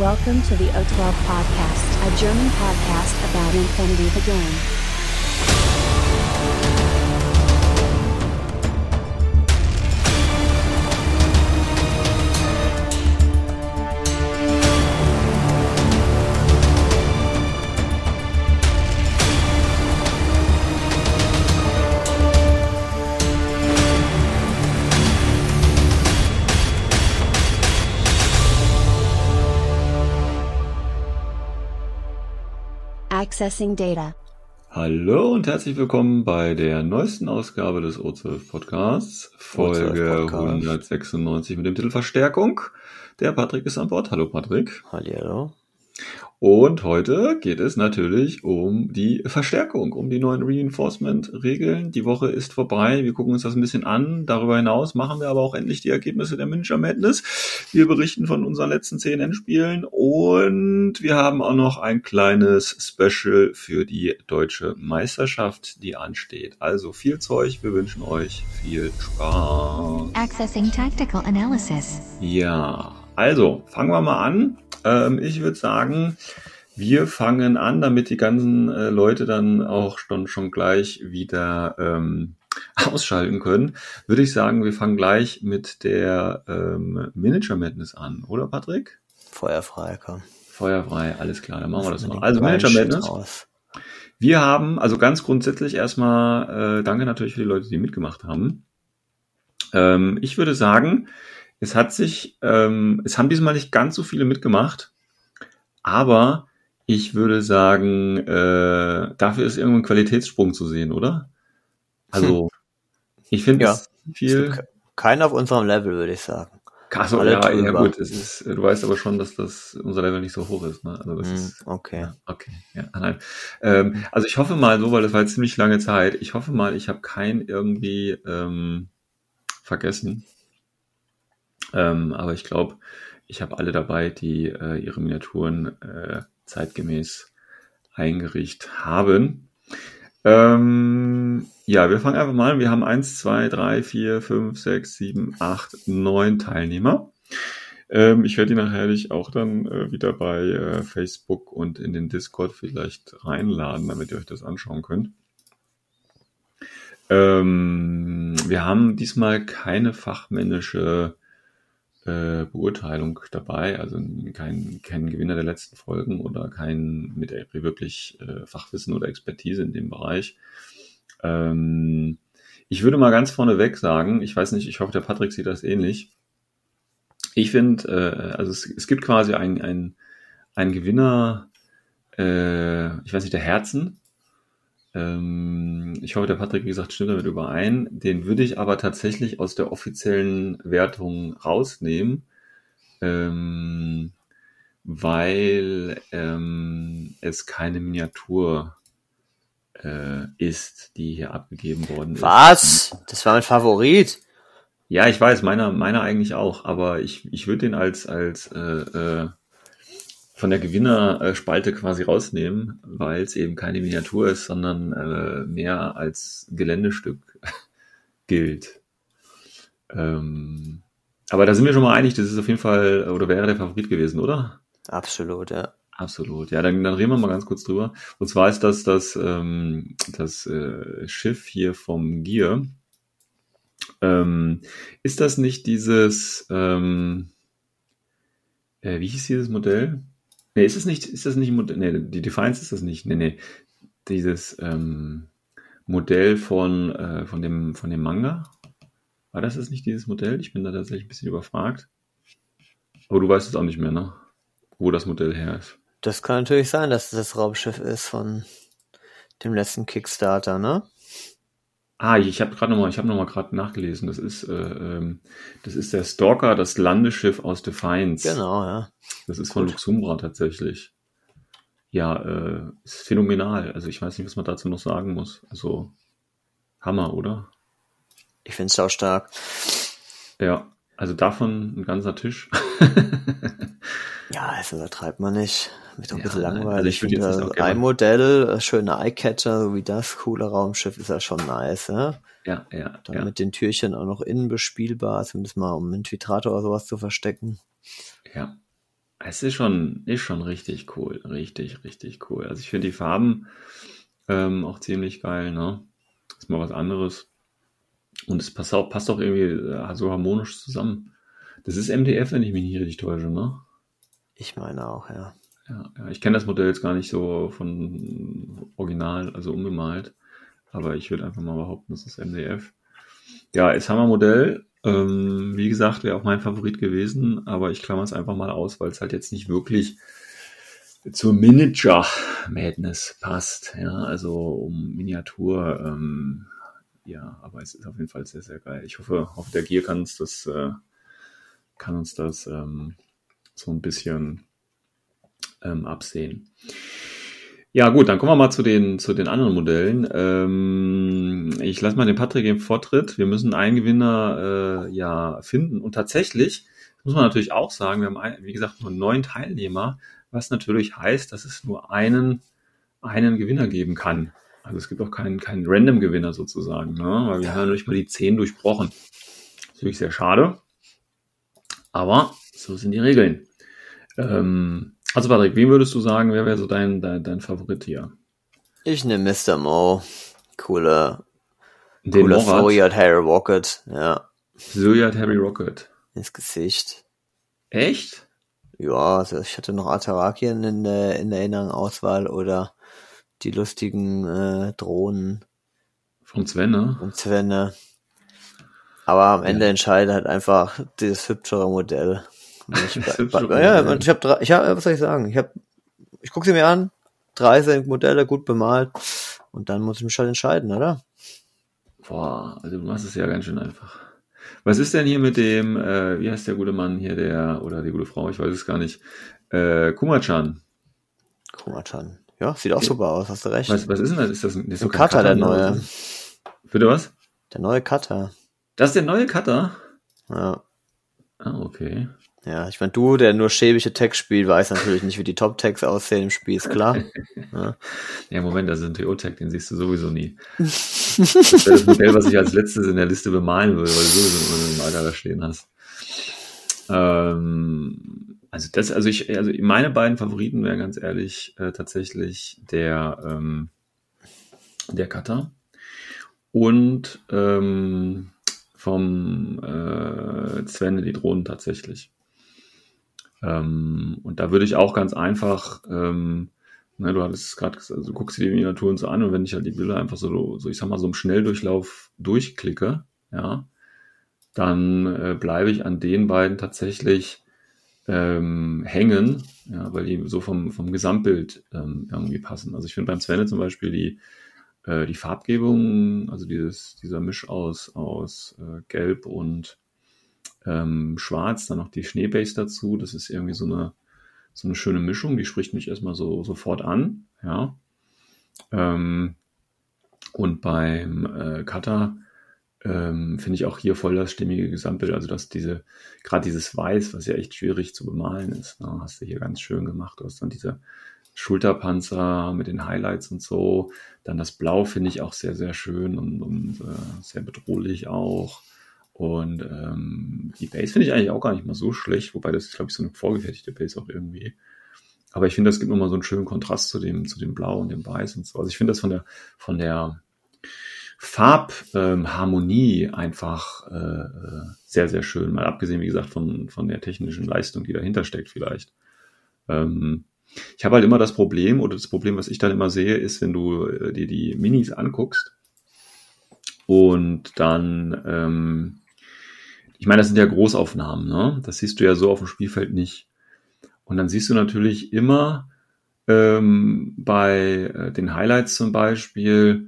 Welcome to the O12 Podcast, a German podcast about Infinity the game. Accessing Data. Hallo und herzlich willkommen bei der neuesten Ausgabe des O12 Podcasts, Folge 196 mit dem Titel Verstärkung. Der Patrick ist an Bord. Hallo Patrick. Hallihallo. Und heute geht es natürlich um die Verstärkung, um die neuen Reinforcement-Regeln. Die Woche ist vorbei, wir gucken uns das ein bisschen an. Darüber hinaus machen wir aber auch endlich die Ergebnisse der Miniature Madness. Wir berichten von unseren letzten 10 Endspielen und wir haben auch noch ein kleines Special für die deutsche Meisterschaft, die ansteht. Also viel Zeug, wir wünschen euch viel Spaß. Accessing Tactical Analysis. Ja, also fangen wir mal an. Ich würde sagen, wir fangen an, damit die ganzen Leute dann auch schon gleich wieder ausschalten können. Würde ich sagen, wir fangen gleich mit der Miniature Madness an, oder Patrick? Feuerfrei, komm. Feuerfrei, alles klar, dann machen wir das mal. Also Miniature Madness. Wir haben, also ganz grundsätzlich erstmal, danke natürlich für die Leute, die mitgemacht haben. Ich würde sagen, es haben diesmal nicht ganz so viele mitgemacht, aber ich würde sagen, dafür ist irgendwo ein Qualitätssprung zu sehen, oder? Also, ich finde es viel. Keiner auf unserem Level, würde ich sagen. Achso, ja gut, du weißt aber schon, dass unser Level nicht so hoch ist, ne? Also das ist. Okay. Ja, nein. Also ich hoffe mal so, weil das war jetzt ziemlich lange Zeit, ich hoffe mal, ich habe keinen irgendwie vergessen. Aber ich glaube, ich habe alle dabei, die ihre Miniaturen zeitgemäß eingerichtet haben. Ja, wir fangen einfach mal an. Wir haben 1, 2, 3, 4, 5, 6, 7, 8, 9 Teilnehmer. Ich werde die nachher auch dann wieder bei Facebook und in den Discord vielleicht reinladen, damit ihr euch das anschauen könnt. Wir haben diesmal keine fachmännische Beurteilung dabei, also kein Gewinner der letzten Folgen oder kein mit wirklich Fachwissen oder Expertise in dem Bereich. Ich würde mal ganz vorneweg sagen, ich weiß nicht, ich hoffe, der Patrick sieht das ähnlich. Ich finde, also es gibt quasi einen Gewinner, ich weiß nicht, der Herzen. Ich hoffe, der Patrick, wie gesagt, stimmt damit überein. Den würde ich aber tatsächlich aus der offiziellen Wertung rausnehmen, weil es keine Miniatur ist, die hier abgegeben worden ist. Was? Das war mein Favorit. Ja, ich weiß, meiner eigentlich auch, aber ich würde den als von der Gewinnerspalte quasi rausnehmen, weil es eben keine Miniatur ist, sondern mehr als Geländestück gilt. Aber da sind wir schon mal einig, das ist auf jeden Fall, oder wäre der Favorit gewesen, oder? Absolut, ja. Absolut, ja, dann reden wir mal ganz kurz drüber. Und zwar ist das Schiff hier vom Gear. Ist das nicht dieses, wie hieß dieses Modell? Nee, ist das nicht ein Modell? Nee, die Defiance ist das nicht. Nee. Dieses Modell von dem Manga. War das nicht dieses Modell? Ich bin da tatsächlich ein bisschen überfragt. Aber du weißt es auch nicht mehr, ne? Wo das Modell her ist. Das kann natürlich sein, dass das Raumschiff ist von dem letzten Kickstarter, ne? Ich habe noch mal gerade nachgelesen. Das ist der Stalker, das Landeschiff aus Defiance. Genau, ja. Das ist von Luxumbra tatsächlich. Ja, ist phänomenal. Also ich weiß nicht, was man dazu noch sagen muss. Also Hammer, oder? Ich finde es auch stark. Ja, also davon ein ganzer Tisch. Ja, das übertreibt man nicht. Wird doch ein bisschen Also langweilig. ich würde jetzt nicht auch Ein Modell, schöne Eyecatcher, so wie das, coole Raumschiff, ist ja schon nice, ne? Ja. Dann mit den Türchen auch noch innen bespielbar, zumindest mal um einen Infiltrator oder sowas zu verstecken. Ja. Es ist schon richtig cool. Richtig, richtig cool. Also ich finde die Farben auch ziemlich geil, ne? Ist mal was anderes. Und es passt auch irgendwie so harmonisch zusammen. Das ist MDF, wenn ich mich nicht richtig täusche, ne? Ich meine auch, ja. Ja, ich kenne das Modell jetzt gar nicht so von Original, also unbemalt. Aber ich würde einfach mal behaupten, das ist MDF. Ja, ist Hammermodell. Wie gesagt, wäre auch mein Favorit gewesen, aber ich klammer es einfach mal aus, weil es halt jetzt nicht wirklich zur Miniature Madness passt. Ja, also um Miniatur. Ja, aber es ist auf jeden Fall sehr, sehr geil. Ich hoffe, der Gear kann uns das so ein bisschen absehen. Ja gut, dann kommen wir mal zu den anderen Modellen. Ich lasse mal den Patrick im Vortritt. Wir müssen einen Gewinner finden. Und tatsächlich muss man natürlich auch sagen, wir haben, wie gesagt, nur 9 Teilnehmer, was natürlich heißt, dass es nur einen Gewinner geben kann. Also es gibt auch keinen Random-Gewinner sozusagen, ne? Weil wir haben ja nicht mal die 10 durchbrochen. Das ist natürlich sehr schade. Aber so sind die Regeln. Also Patrick, wem würdest du sagen, wer wäre so dein Favorit hier? Ich nehme Mr. Mo. Cooler Morat. Zodiac Harry Rocket, ja. Zodiac Harry Rocket. Ins Gesicht. Echt? Ja, also ich hatte noch Atarakien in der inneren Auswahl oder die lustigen Drohnen. Vom Svenne. Und Svenne. Aber am Ende entscheidet halt einfach dieses hübschere Modell. Was soll ich sagen? Ich gucke sie mir an, 30 Modelle gut bemalt und dann muss ich mich halt entscheiden, oder? Boah, also du machst es ja ganz schön einfach. Was ist denn hier mit dem, wie heißt der gute Mann hier, oder die gute Frau, ich weiß es gar nicht, Kuma-chan. Kuma-chan. Ja, sieht auch super aus, hast du recht. Was ist denn das? Ist das so Cutter, der neue. Bitte was? Der neue Cutter. Das ist der neue Cutter? Ja. Ah, okay. Ja, ich meine, du, der nur schäbige Text spielt, weiß natürlich nicht, wie die Top-Tags aussehen im Spiel, ist klar. Ja, Moment, das ist ein TO-Tag, den siehst du sowieso nie. Das wäre das Modell, was ich als letztes in der Liste bemalen würde, weil du sowieso im Alter da stehen hast. Also meine beiden Favoriten wären ganz ehrlich tatsächlich der Cutter und vom Svenne die Drohnen tatsächlich. Und da würde ich auch ganz einfach, du hattest es gerade gesagt, also du guckst dir die Miniaturen so an und wenn ich halt die Bilder einfach so ich sag mal, so im Schnelldurchlauf durchklicke, ja, dann bleibe ich an den beiden tatsächlich hängen, ja, weil die so vom Gesamtbild irgendwie passen. Also ich finde beim Svenne zum Beispiel die Farbgebung, also dieser Misch aus Gelb und Schwarz, dann noch die Schneebase dazu, das ist irgendwie so eine schöne Mischung, die spricht mich erstmal sofort an, ja. Und beim Cutter finde ich auch hier voll das stimmige Gesamtbild, also dass gerade dieses Weiß, was ja echt schwierig zu bemalen ist, ne, hast du hier ganz schön gemacht. Du hast dann diese Schulterpanzer mit den Highlights und so, dann das Blau finde ich auch sehr, sehr schön und sehr bedrohlich auch. Und die Base finde ich eigentlich auch gar nicht mal so schlecht, wobei das ist, glaube ich, so eine vorgefertigte Base auch irgendwie. Aber ich finde, das gibt nochmal so einen schönen Kontrast zu dem Blau und dem Weiß und so. Also ich finde das von der Farbharmonie einfach sehr, sehr schön. Mal abgesehen, wie gesagt, von der technischen Leistung, die dahinter steckt vielleicht. Ich habe halt immer das Problem, was ich dann immer sehe, ist, wenn du dir die Minis anguckst und dann ich meine, das sind ja Großaufnahmen, ne? Das siehst du ja so auf dem Spielfeld nicht. Und dann siehst du natürlich immer bei den Highlights zum Beispiel,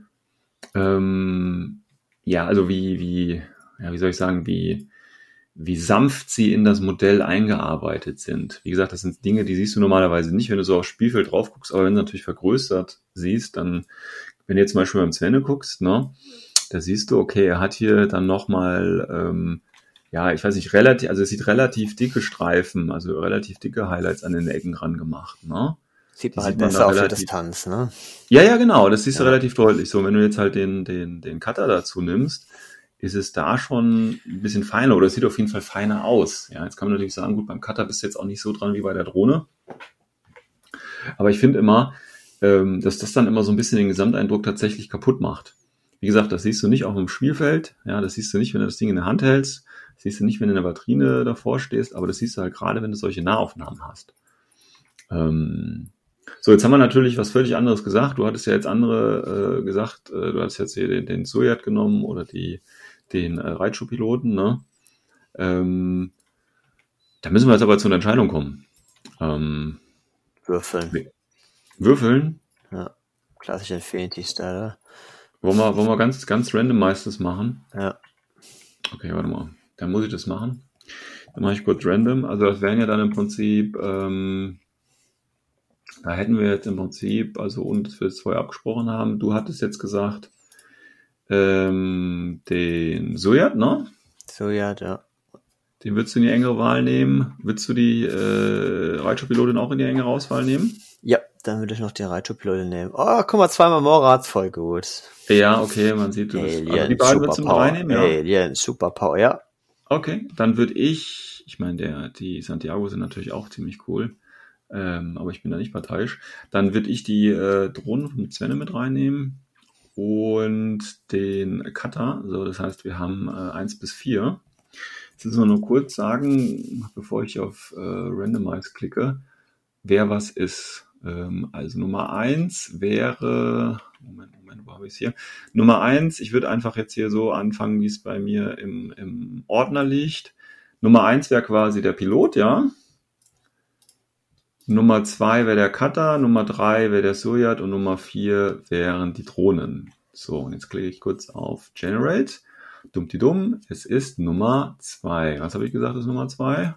also wie soll ich sagen, wie sanft sie in das Modell eingearbeitet sind. Wie gesagt, das sind Dinge, die siehst du normalerweise nicht, wenn du so aufs Spielfeld drauf guckst, aber wenn du natürlich vergrößert siehst, dann, wenn du jetzt zum Beispiel beim Svenne guckst, ne, da siehst du, okay, er hat hier dann nochmal ich weiß nicht, es sieht relativ dicke Streifen, also relativ dicke Highlights an den Ecken ran gemacht, ne? Sieht man halt besser auf der Distanz, ne? Ja, genau, das siehst du relativ deutlich. So, wenn du jetzt halt den Cutter dazu nimmst, ist es da schon ein bisschen feiner oder es sieht auf jeden Fall feiner aus. Ja, jetzt kann man natürlich sagen, gut, beim Cutter bist du jetzt auch nicht so dran wie bei der Drohne. Aber ich finde immer, dass das dann immer so ein bisschen den Gesamteindruck tatsächlich kaputt macht. Wie gesagt, das siehst du nicht auf dem Spielfeld. Ja, das siehst du nicht, wenn du das Ding in der Hand hältst. Das siehst du nicht, wenn du in der Vitrine davor stehst. Aber das siehst du halt gerade, wenn du solche Nahaufnahmen hast. So, jetzt haben wir natürlich was völlig anderes gesagt. Du hattest ja jetzt andere gesagt. Du hattest jetzt hier den Zodiac genommen oder den Raichu-Piloten. Ne? Da müssen wir jetzt aber zu einer Entscheidung kommen. Würfeln? Ja, klassisch Infinity-Style. Wollen wir ganz random meistens machen? Ja. Okay, warte mal. Dann muss ich das machen. Dann mache ich kurz random. Also das wären ja dann im Prinzip, da hätten wir jetzt im Prinzip, also ohne dass wir es vorher abgesprochen haben, du hattest jetzt gesagt, den Zodiac, ne? Zodiac, ja. Den würdest du in die engere Wahl nehmen. Würdest du die Raichu-Pilotin auch in die engere Auswahl nehmen? Ja, dann würde ich noch die Raichu-Pilotin nehmen. Oh, guck mal, 2-mal Morats, voll gut. Ja, okay, man sieht es. Also die beiden würdest du mit reinnehmen, ja? Alien, Superpower, ja. Okay, dann würde ich meine, die Santiago sind natürlich auch ziemlich cool, aber ich bin da nicht parteiisch. Dann würde ich die Drohnen von Svenne mit reinnehmen und den Cutter. So, das heißt, wir haben 1 bis 4. Jetzt müssen wir nur kurz sagen, bevor ich auf Randomize klicke, wer was ist. Also Nummer 1 wäre, Moment, wo habe ich es hier? Nummer 1, ich würde einfach jetzt hier so anfangen, wie es bei mir im Ordner liegt. Nummer 1 wäre quasi der Pilot, ja. Nummer 2 wäre der Cutter, Nummer 3 wäre der Zodiac und Nummer 4 wären die Drohnen. So, und jetzt klicke ich kurz auf Generate. Dumm, es ist Nummer 2. Was habe ich gesagt, ist Nummer 2?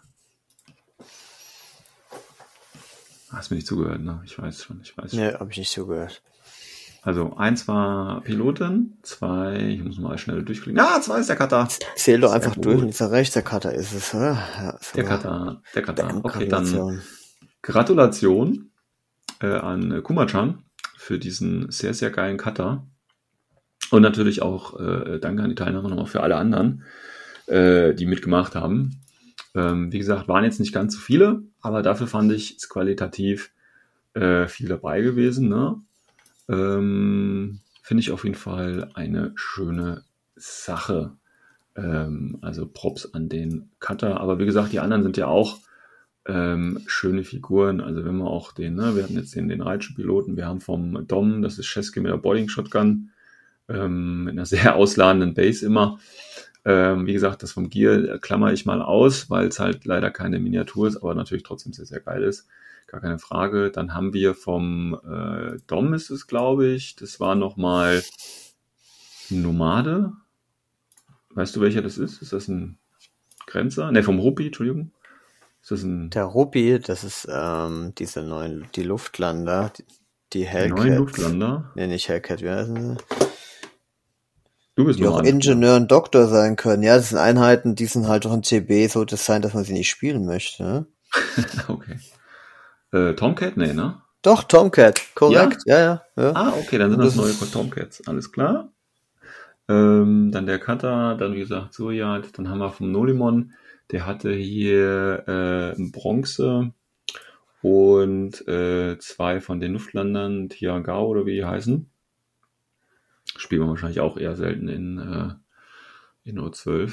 Hast mir nicht zugehört, ne? Ich weiß schon. Nee, habe ich nicht zugehört. Also 1 war Pilotin, 2, ich muss mal schnell durchklicken. 2 ist der Cutter. Zähl doch einfach durch, links und rechts, der Cutter ist es, oder? Ja, der Cutter. Okay, dann Gratulation an Kuma-chan für diesen sehr, sehr geilen Cutter. Und natürlich auch danke an die Teilnehmer nochmal für alle anderen, die mitgemacht haben. Wie gesagt, waren jetzt nicht ganz so viele, aber dafür fand ich es qualitativ viel dabei gewesen. Ne? Finde ich auf jeden Fall eine schöne Sache. Also Props an den Cutter. Aber wie gesagt, die anderen sind ja auch schöne Figuren. Also wenn wir auch wir hatten jetzt den Raichu-Piloten, wir haben vom Dom, das ist Chesky mit der Boarding-Shotgun, mit einer sehr ausladenden Base immer. Wie gesagt, das vom Gear klammer ich mal aus, weil es halt leider keine Miniatur ist, aber natürlich trotzdem sehr, sehr geil ist. Gar keine Frage. Dann haben wir vom Dom ist es, glaube ich. Das war nochmal Nomade. Weißt du, welcher das ist? Ist das ein Grenzer? Ne, vom Rupi, Entschuldigung. Ist das ein... Der Rupi, das ist die Luftlander, die Hellcat. Die neuen Luftlander? Ne, nicht Hellcat, wie heißen sie? Du bist die auch Ingenieur und Doktor sein können. Ja, das sind Einheiten, die sind halt auch in CB so designt, dass man sie nicht spielen möchte. Ne? Okay. Tomcat? Nee, ne? Doch, Tomcat, korrekt. Ja. Okay, dann sind das neue Tomcats. Alles klar. Dann der Cutter, dann wie gesagt Zodiac, dann haben wir vom Nolimon, der hatte hier Bronze und 2 von den Luftlandern, Tiagao oder wie die heißen. Spielen wir wahrscheinlich auch eher selten in O12.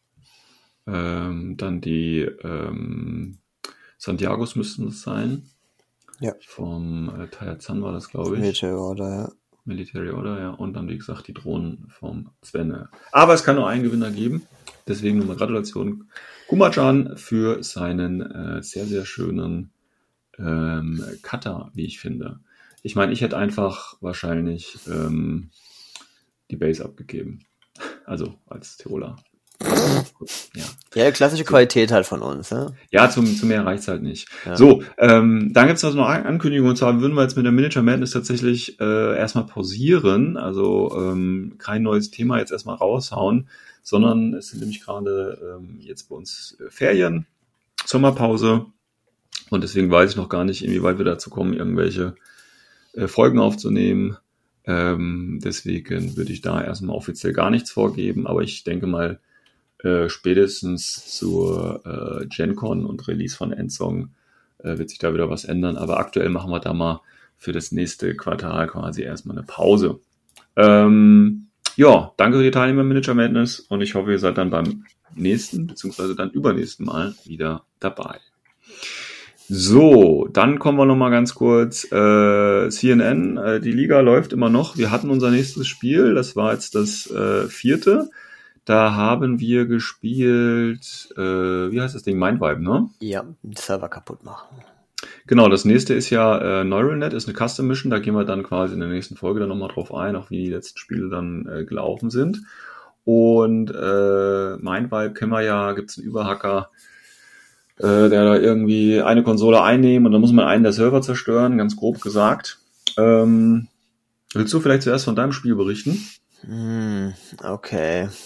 Dann die Santiagos müssten es sein. Ja. Vom Taiyazan war das, glaube ich. Military Order, ja. Und dann, wie gesagt, die Drohnen vom Svenne. Aber es kann nur einen Gewinner geben. Deswegen nochmal Gratulation Kuma-chan für seinen sehr, sehr schönen Cutter, wie ich finde. Ich meine, ich hätte einfach wahrscheinlich die Base abgegeben. Also als Tiroler. Ja, klassische Qualität halt von uns. Ne? Ja, zu mehr reicht's halt nicht. Ja. So, dann gibt's noch eine Ankündigung. Und zwar würden wir jetzt mit der Miniature Madness tatsächlich erstmal pausieren. Also kein neues Thema jetzt erstmal raushauen, sondern es sind nämlich gerade jetzt bei uns Ferien, Sommerpause. Und deswegen weiß ich noch gar nicht, inwieweit wir dazu kommen, irgendwelche Folgen aufzunehmen. Deswegen würde ich da erstmal offiziell gar nichts vorgeben, aber ich denke mal, spätestens zur GenCon und Release von Endsong wird sich da wieder was ändern. Aber aktuell machen wir da mal für das nächste Quartal quasi erstmal eine Pause. Ja, danke für die Teilnehmer im Miniature Madness und ich hoffe, ihr seid dann beim nächsten bzw. dann übernächsten Mal wieder dabei. So, dann kommen wir nochmal ganz kurz. CNN, die Liga läuft immer noch. Wir hatten unser nächstes Spiel, das war jetzt das 4. Da haben wir gespielt, wie heißt das Ding? Mindvibe, ne? Ja, den Server kaputt machen. Genau, das nächste ist ja NeuralNet, ist eine Custom Mission. Da gehen wir dann quasi in der nächsten Folge dann nochmal drauf ein, auch wie die letzten Spiele dann gelaufen sind. Und Mindvibe kennen wir ja, gibt's einen Überhacker, der da irgendwie eine Konsole einnehmen und dann muss man einen der Server zerstören, ganz grob gesagt. Willst du vielleicht zuerst von deinem Spiel berichten? Okay.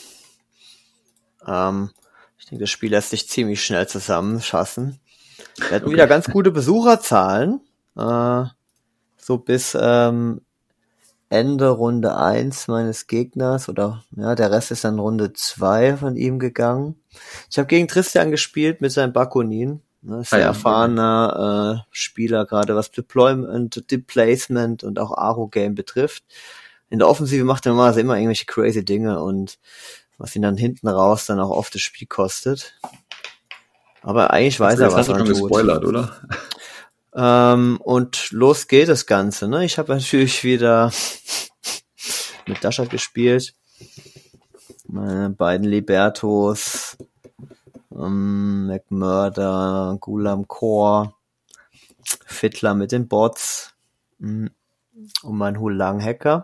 Ich denke, das Spiel lässt sich ziemlich schnell zusammenfassen. Wir hatten wieder ganz gute Besucherzahlen. So bis Ende Runde 1 meines Gegners oder ja, der Rest ist dann Runde 2 von ihm gegangen. Ich habe gegen Tristan gespielt mit seinem Bakunin. Sehr erfahrener Spieler, gerade was Deployment, Displacement und auch Aro-Game betrifft. In der Offensive macht er normalerweise immer irgendwelche crazy Dinge und was ihn dann hinten raus dann auch oft das Spiel kostet. Aber eigentlich weiß er, was er tut. Hast du schon gespoilert, oder? Und los geht das Ganze, ne? Ich habe natürlich wieder mit Dashat gespielt. Meine beiden Libertos, McMurder, Gulam Core, Fiddler mit den Bots und mein Hulang-Hacker.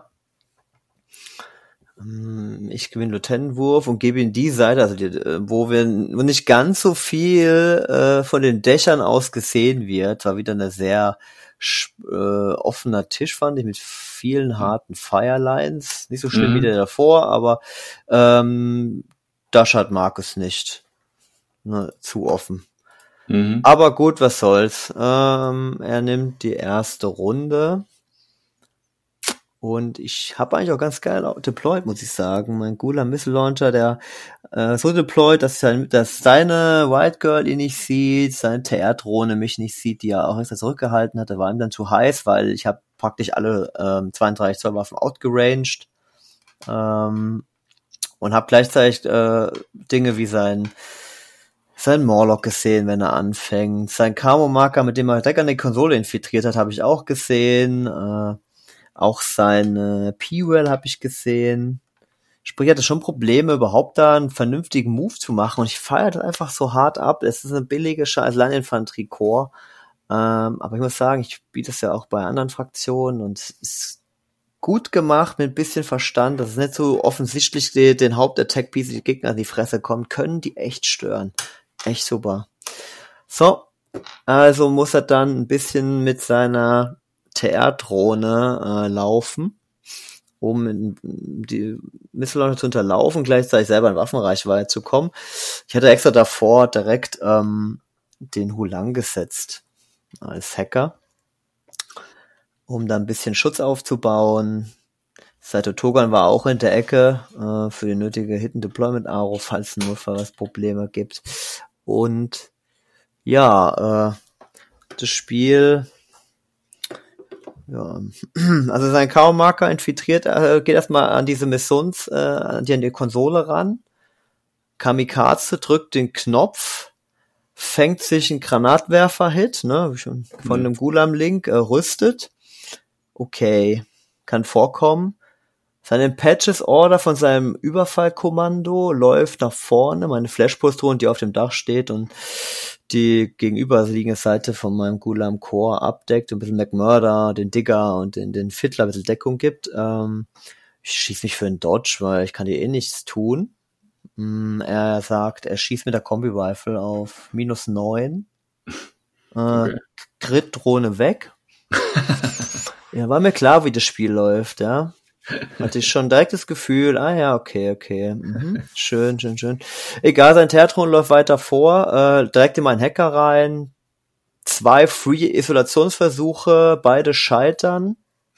Ich gewinne Lieutenant-Wurf und gebe ihm die Seite, also wo nicht ganz so viel von den Dächern aus gesehen wird. War wieder eine sehr offener Tisch, fand ich, mit vielen harten Firelines. Nicht so schlimm wie der davor, aber Dashat mag es nicht. Ne, zu offen. Aber gut, was soll's. Er nimmt die erste Runde. Und ich habe eigentlich auch ganz geil deployed, muss ich sagen. Mein Gulam Missile Launcher, der so deployed, dass seine White Girl ihn nicht sieht, seine TR-Drohne mich nicht sieht, die er auch extra zurückgehalten hat. Der war ihm dann zu heiß, weil ich habe praktisch alle 32 Zoll Waffen outgeranged und habe gleichzeitig Dinge wie sein Morlock gesehen, wenn er anfängt. Sein Camo-Marker, mit dem er direkt an die Konsole infiltriert hat, habe ich auch gesehen. Auch seine P-Well habe ich gesehen. Sprich, er hatte schon Probleme, überhaupt da einen vernünftigen Move zu machen. Und ich feiere das einfach so hart ab. Es ist eine billige scheiß Landinfanterie-Core. Aber ich muss sagen, ich spiele das ja auch bei anderen Fraktionen. Und es ist gut gemacht, mit ein bisschen Verstand. Das ist nicht so offensichtlich, den Haupt-Attack-Piece, die Gegner in die Fresse kommen, können die echt stören. Echt super. So, also muss er dann ein bisschen mit seiner TR-Drohne laufen, um die Missile Launcher zu unterlaufen, gleichzeitig selber in Waffenreichweite zu kommen. Ich hatte extra davor direkt den Hulang gesetzt als Hacker, um da ein bisschen Schutz aufzubauen. Saito Togan war auch in der Ecke für die nötige Hidden Deployment Aro, falls es nur was Probleme gibt. Und ja, das Spiel, ja, also sein K.O.-Marker infiltriert, geht erstmal an diese Missions, an die Konsole ran. Kamikaze drückt den Knopf, fängt sich einen Granatwerfer-Hit, ne, wie schon von einem Gulam-Link, rüstet. Okay, kann vorkommen. Seine Patches-Order von seinem Überfallkommando läuft nach vorne, meine Flash-Position, die auf dem Dach steht und die gegenüberliegende Seite von meinem Gulam Core abdeckt, ein bisschen McMurder, den Digger und den Fiddler ein bisschen Deckung gibt. Ich schieße mich für einen Dodge, weil ich kann dir eh nichts tun. Er sagt, er schießt mit der Kombi-Rifle auf -9. Okay. Crit-Drohne weg. Ja, war mir klar, wie das Spiel läuft, ja. Hatte ich schon direkt das Gefühl, okay. Schön. Egal, sein Tertron läuft weiter vor, direkt in meinen Hacker rein. 2 Free-Isolationsversuche, beide scheitern.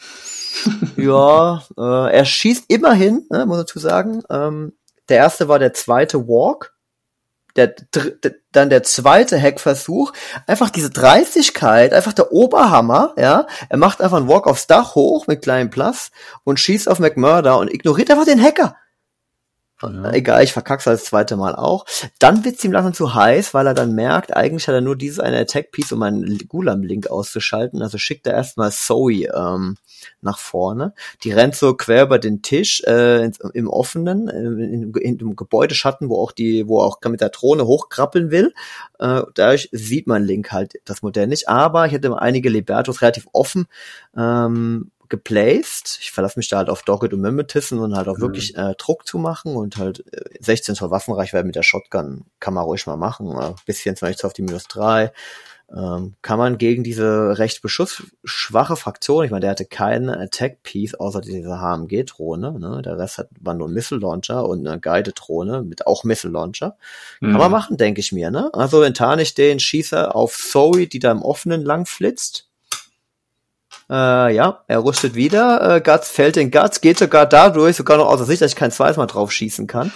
Ja, er schießt immerhin, ne, muss ich dazu sagen. Der erste war der zweite Walk. Dann der zweite Hackversuch, einfach diese Dreistigkeit, einfach der Oberhammer, ja. Er macht einfach einen Walk aufs Dach hoch mit kleinem Platz und schießt auf McMurder und ignoriert einfach den Hacker. Ja. Egal, ich verkack's das zweite Mal auch. Dann wird's ihm langsam zu heiß, weil er dann merkt, eigentlich hat er nur dieses eine Attack-Piece, um einen Gulam-Link auszuschalten. Also schickt er erstmal Zoe nach vorne. Die rennt so quer über den Tisch im offenen, in dem Gebäudeschatten, wo auch mit der Drohne hochkrabbeln will. Dadurch sieht man Link halt das Modell nicht. Aber ich hatte einige Libertos relativ offen geplaced. Ich verlasse mich da halt auf Doggett und Mimetism und halt auch wirklich Druck zu machen und halt 16 zur Waffenreichweite mit der Shotgun kann man ruhig mal machen. Bis 24 auf die -3. Kann man gegen diese recht beschussschwache Fraktion, ich meine, der hatte keinen Attack-Piece, außer diese HMG-Drohne, ne? Der Rest war nur ein Missile-Launcher und eine Guided-Drohne mit auch Missile-Launcher. Kann man machen, denke ich mir, ne? Also enttarne ich den Schießer auf Zoe, die da im Offenen lang flitzt. Ja, er rüstet wieder, Guts fällt in Guts, geht sogar dadurch, sogar noch außer Sicht, dass ich kein zweites Mal drauf schießen kann.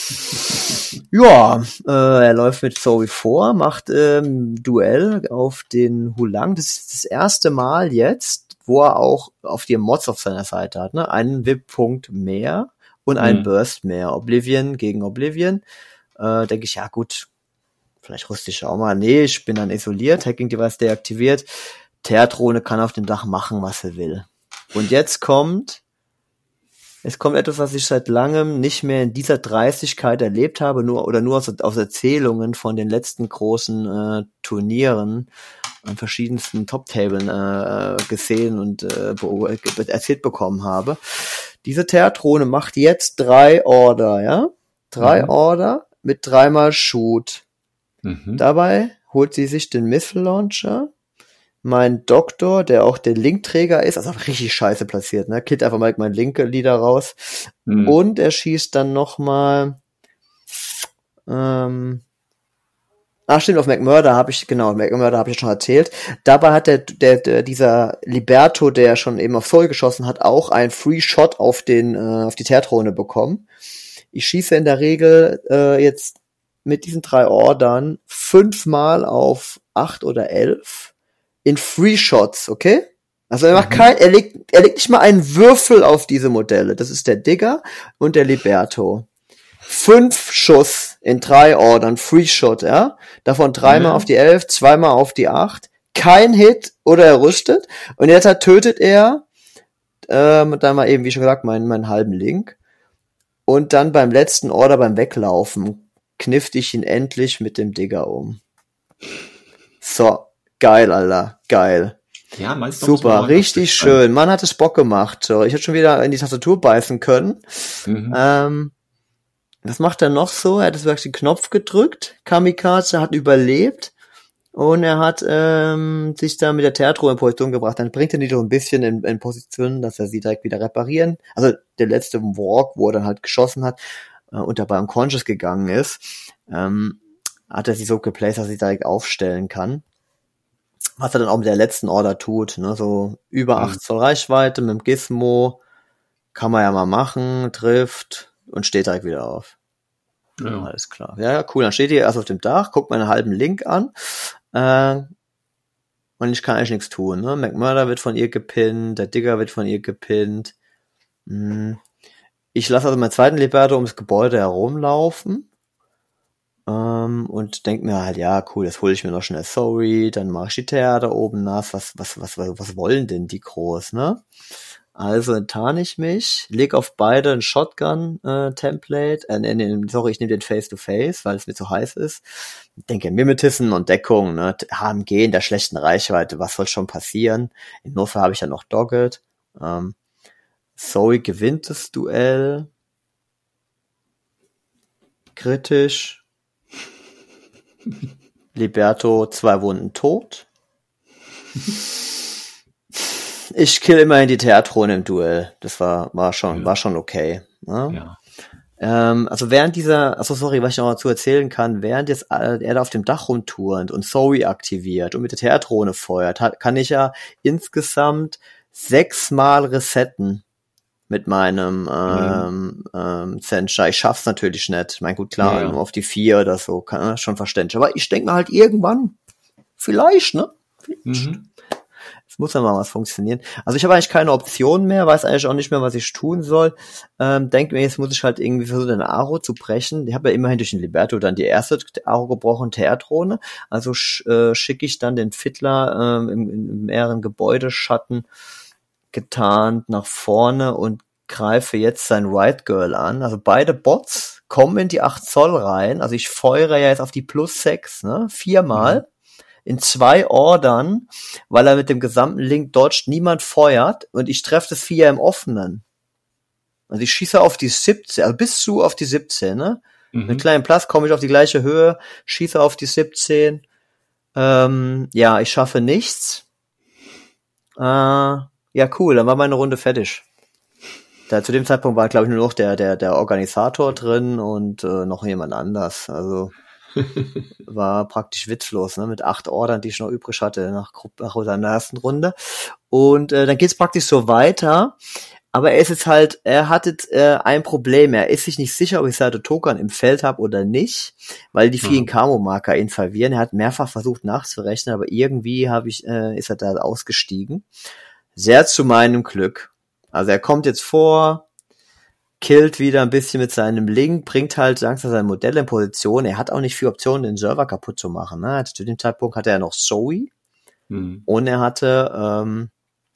Ja, er läuft mit Zoe vor, macht Duell auf den Hulang. Das ist das erste Mal jetzt, wo er auch auf die Mods auf seiner Seite hat, ne? Einen VIP-Punkt mehr und einen Burst mehr. Oblivion gegen Oblivion. Denke ich, ja gut, vielleicht rüste ich auch mal. Nee, ich bin dann isoliert, Hacking-Device deaktiviert. Teerdrohne kann auf dem Dach machen, was er will. Und jetzt kommt etwas, was ich seit langem nicht mehr in dieser Dreistigkeit erlebt habe, nur aus Erzählungen von den letzten großen Turnieren an verschiedensten Top-Tablen gesehen und erzählt bekommen habe. Diese Teerdrohne macht jetzt 3 Order, ja? 3 Order mit 3-mal Shoot. Dabei holt sie sich den Missile Launcher. Mein Doktor, der auch der Linkträger ist, also richtig scheiße platziert, ne? Killt einfach mal mein linke Leader raus. Und er schießt dann nochmal stimmt, auf McMurder habe ich schon erzählt. Dabei hat dieser Liberto, der schon eben auf Zoe geschossen hat, auch einen Free Shot auf die Teerdrohne bekommen. Ich schieße in der Regel jetzt mit diesen 3 Ordern 5-mal auf 8 oder 11 in Free Shots, okay? Also er macht er legt nicht mal einen Würfel auf diese Modelle. Das ist der Digger und der Liberto. 5 Schuss in 3 Ordern, Free Shot, ja? Davon 3-mal auf die 11, 2-mal auf die 8. Kein Hit oder er rüstet. Und jetzt tötet er, dann mal eben, wie schon gesagt, meinen halben Link. Und dann beim letzten Order, beim Weglaufen, knifft ich ihn endlich mit dem Digger um. So. Geil, Alter. Geil. Ja, meistens super, richtig schön. Mann, hat es Bock gemacht. So, ich hätte schon wieder in die Tastatur beißen können. Was macht er noch so? Er hat wirklich den Knopf gedrückt. Kamikaze hat überlebt. Und er hat sich da mit der Teerdrohne in Position gebracht. Dann bringt er die so ein bisschen in Position, dass er sie direkt wieder reparieren. Also der letzte Walk, wo er dann halt geschossen hat und dabei unconscious gegangen ist, hat er sie so geplaced, dass er sie direkt aufstellen kann. Was er dann auch mit der letzten Order tut, ne, so über 8 Zoll Reichweite mit dem Gizmo, kann man ja mal machen, trifft und steht direkt wieder auf. Ja. Alles klar. Ja, cool, dann steht ihr erst auf dem Dach, guckt meinen halben Link an, und ich kann eigentlich nichts tun, ne. McMurder wird von ihr gepinnt, der Digger wird von ihr gepinnt. Ich lasse also meinen zweiten Liberto ums Gebäude herumlaufen. Und denk mir halt, ja, cool, jetzt hole ich mir noch schnell Zoe, dann mache ich die Teer da oben nass, was wollen denn die groß, ne? Also enttarne ich mich, leg auf beide ein Shotgun-Template, ich nehme den Face-to-Face, weil es mir zu heiß ist. Denke, Mimetism und Deckung, ne? HMG in der schlechten Reichweite, was soll schon passieren? In Notfall habe ich ja noch Doggett. Zoe gewinnt das Duell. Kritisch. Liberto 2 Wunden tot. Ich kill immerhin die Teerdrohne im Duell. Das war schon okay. Ne? Ja. Also während was ich noch dazu erzählen kann, während jetzt er da auf dem Dach rumturnt und Zoe aktiviert und mit der Teerdrohne feuert, kann ich ja insgesamt 6-mal resetten mit meinem Zencha. Ich schaff's natürlich nicht. Ich meine, gut, klar, nur auf die 4 oder so, kann schon verständlich. Aber ich denke mir halt irgendwann, vielleicht, ne? Es muss ja mal was funktionieren. Also ich habe eigentlich keine Option mehr, weiß eigentlich auch nicht mehr, was ich tun soll. Denke mir, jetzt muss ich halt irgendwie versuchen, den Aro zu brechen. Ich habe ja immerhin durch den Liberto dann die erste Aro gebrochen, Teatrone. Also schicke ich dann den Fiddler im mehreren Gebäudeschatten getarnt nach vorne und greife jetzt sein Right Girl an. Also beide Bots kommen in die 8 Zoll rein. Also ich feuere ja jetzt auf die +6, ne? 4-mal. In 2 Ordern, weil er mit dem gesamten Link dodgt, niemand feuert und ich treffe das 4 im Offenen. Also ich schieße auf die 17, also bis zu auf die 17, ne? Mit kleinem Platz komme ich auf die gleiche Höhe, schieße auf die 17. Ja, ich schaffe nichts. Ja, cool, dann war meine Runde fertig. Zu dem Zeitpunkt war, glaube ich, nur noch der Organisator drin und noch jemand anders. Also war praktisch witzlos, ne? Mit 8 Ordern, die ich noch übrig hatte nach seiner ersten Runde. Und dann geht's praktisch so weiter. Aber er hat jetzt ein Problem. Er ist sich nicht sicher, ob ich Sato Tokan im Feld habe oder nicht, weil die vielen Kamo-Marker ihn verwirren. Er hat mehrfach versucht nachzurechnen, aber irgendwie ist er da ausgestiegen. Sehr zu meinem Glück. Also er kommt jetzt vor, killt wieder ein bisschen mit seinem Link, bringt halt langsam sein Modell in Position. Er hat auch nicht viel Optionen, den Server kaputt zu machen. Ne? Zu dem Zeitpunkt hatte er noch Zoe und er hatte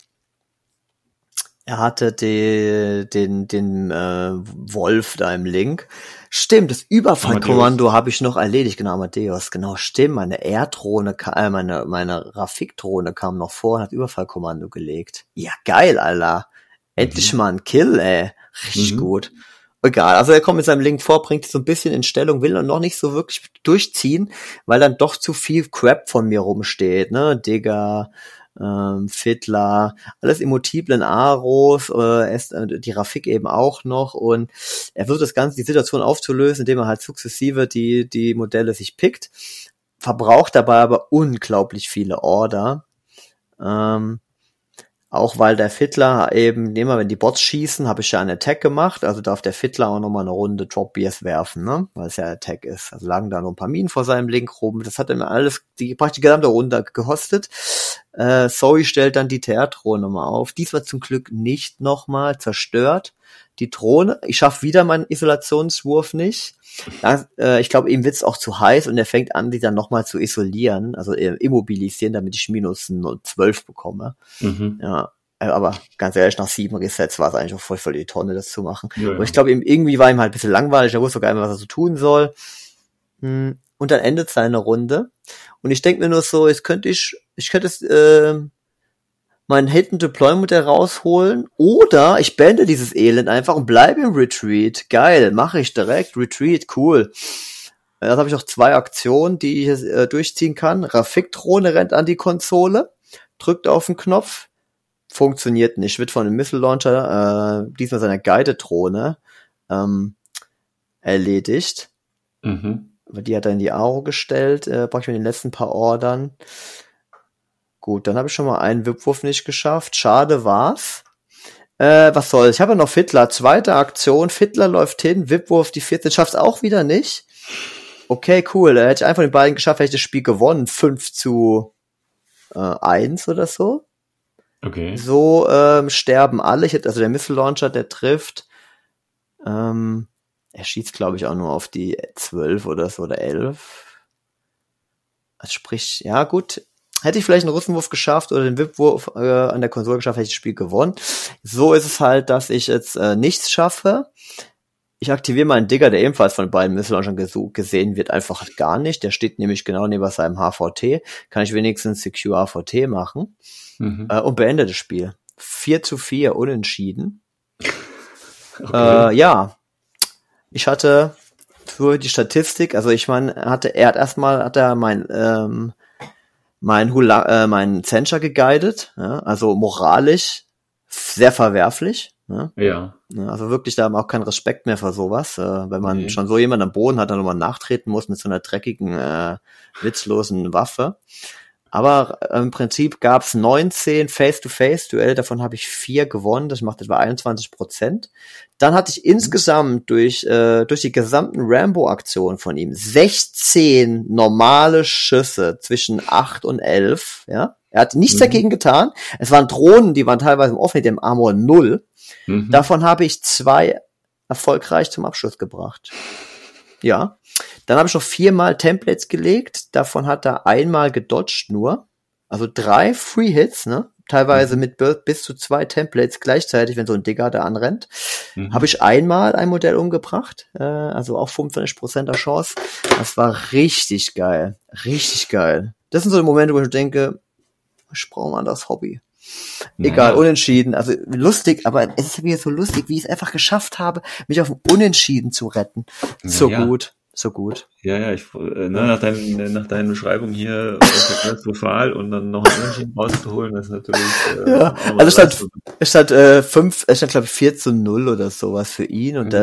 den Wolf da im Link. Stimmt, das Überfallkommando habe ich noch erledigt. Genau, Amadeus. Genau, stimmt. Meine Erdrohne, meine Rafik-Drohne kam noch vor und hat Überfallkommando gelegt. Ja, geil, Alter. Endlich mal ein Kill, ey. Richtig gut. Egal, also er kommt mit seinem Link vor, bringt so ein bisschen in Stellung, will noch nicht so wirklich durchziehen, weil dann doch zu viel Crap von mir rumsteht, ne? Digger, Fiddler, alles im multiplen Aros, die Rafik eben auch noch und er versucht das Ganze, die Situation aufzulösen, indem er halt sukzessive die Modelle sich pickt, verbraucht dabei aber unglaublich viele Order, auch weil der Fiddler eben, immer wenn die Bots schießen, habe ich ja einen Attack gemacht, also darf der Fiddler auch nochmal eine Runde Drop BS werfen, ne? Weil es ja Attack ist. Also lagen da noch ein paar Minen vor seinem Link rum. Das hat immer alles, praktisch die gesamte Runde gekostet. Zoe stellt dann die Teatrone nochmal auf. Diesmal zum Glück nicht nochmal zerstört. Die Drohne, ich schaffe wieder meinen Isolationswurf nicht. Ich glaube, ihm wird's auch zu heiß und er fängt an, die dann nochmal zu isolieren, also immobilisieren, damit ich minus 12 bekomme. Ja, aber ganz ehrlich, nach 7 Resets war es eigentlich auch voll die Tonne, das zu machen. Ja. Aber ich glaube, irgendwie war ihm halt ein bisschen langweilig, er wusste gar nicht mehr, was er so tun soll. Und dann endet seine Runde. Und ich denke mir nur so, ich könnte mein Hidden Deploy Modell rausholen oder ich beende dieses Elend einfach und bleibe im Retreat. Geil, mache ich direkt. Retreat, cool. Jetzt habe ich noch 2 Aktionen, die ich durchziehen kann. Rafik-Drohne rennt an die Konsole, drückt auf den Knopf, funktioniert nicht, wird von dem Missile Launcher, diesmal seiner Guided-Drohne, erledigt. Die hat er in die Aro gestellt, brauche ich mir den letzten paar Ordern. Gut, dann habe ich schon mal einen Wipwurf nicht geschafft. Schade war's. Was soll's? Ich habe ja noch Fiddler. 2. Aktion. Fiddler läuft hin. Wipwurf die 14. Schafft's auch wieder nicht. Okay, cool. Hätte ich einen von den beiden geschafft, hätte ich das Spiel gewonnen. 5-1 oder so. Okay. So sterben alle. Also der Missile Launcher, der trifft. Er schießt, glaube ich, auch nur auf die 12 oder so oder 11. Also sprich, ja gut. Hätte ich vielleicht einen Russenwurf geschafft oder den Wipwurf an der Konsole geschafft, hätte ich das Spiel gewonnen. So ist es halt, dass ich jetzt nichts schaffe. Ich aktiviere meinen Digger, der ebenfalls von beiden Missile Launchern gesehen wird, einfach gar nicht. Der steht nämlich genau neben seinem HVT. Kann ich wenigstens Secure HVT machen und beende das Spiel. 4-4, unentschieden. Okay. Ja, ich hatte für die Statistik, also ich meine, hat er meinen Zencha geguidet, ja, also moralisch sehr verwerflich. Ne? Ja. Also wirklich, da haben wir auch keinen Respekt mehr für sowas. Wenn man schon so jemanden am Boden hat, dann nochmal nachtreten muss mit so einer dreckigen, witzlosen Waffe. Aber im Prinzip gab es 19 Face-to-Face-Duelle, davon habe ich 4 gewonnen, das macht etwa 21%. Dann hatte ich insgesamt durch die gesamten Rambo-Aktionen von ihm 16 normale Schüsse zwischen 8 und 11, ja. Er hat nichts dagegen getan. Es waren Drohnen, die waren teilweise im Off mit dem Armor 0. Davon habe ich 2 erfolgreich zum Abschluss gebracht. Ja. Dann habe ich noch 4-mal Templates gelegt. Davon hat er einmal gedodged nur. Also 3 Free Hits, ne? Teilweise mit bis zu 2 Templates gleichzeitig, wenn so ein Digger da anrennt. Habe ich einmal ein Modell umgebracht. Also auch 25% Chance. Das war richtig geil. Richtig geil. Das sind so die Momente, wo ich denke, ich brauche mal das Hobby. Egal, unentschieden. Also lustig, aber es ist wieder so lustig, wie ich es einfach geschafft habe, mich auf ein Unentschieden zu retten. So gut. Ja, nach deinen Beschreibungen hier katastrophal und dann noch ein Unentschieden rauszuholen, das ist natürlich also es stand glaube ich 4-0 oder sowas für ihn und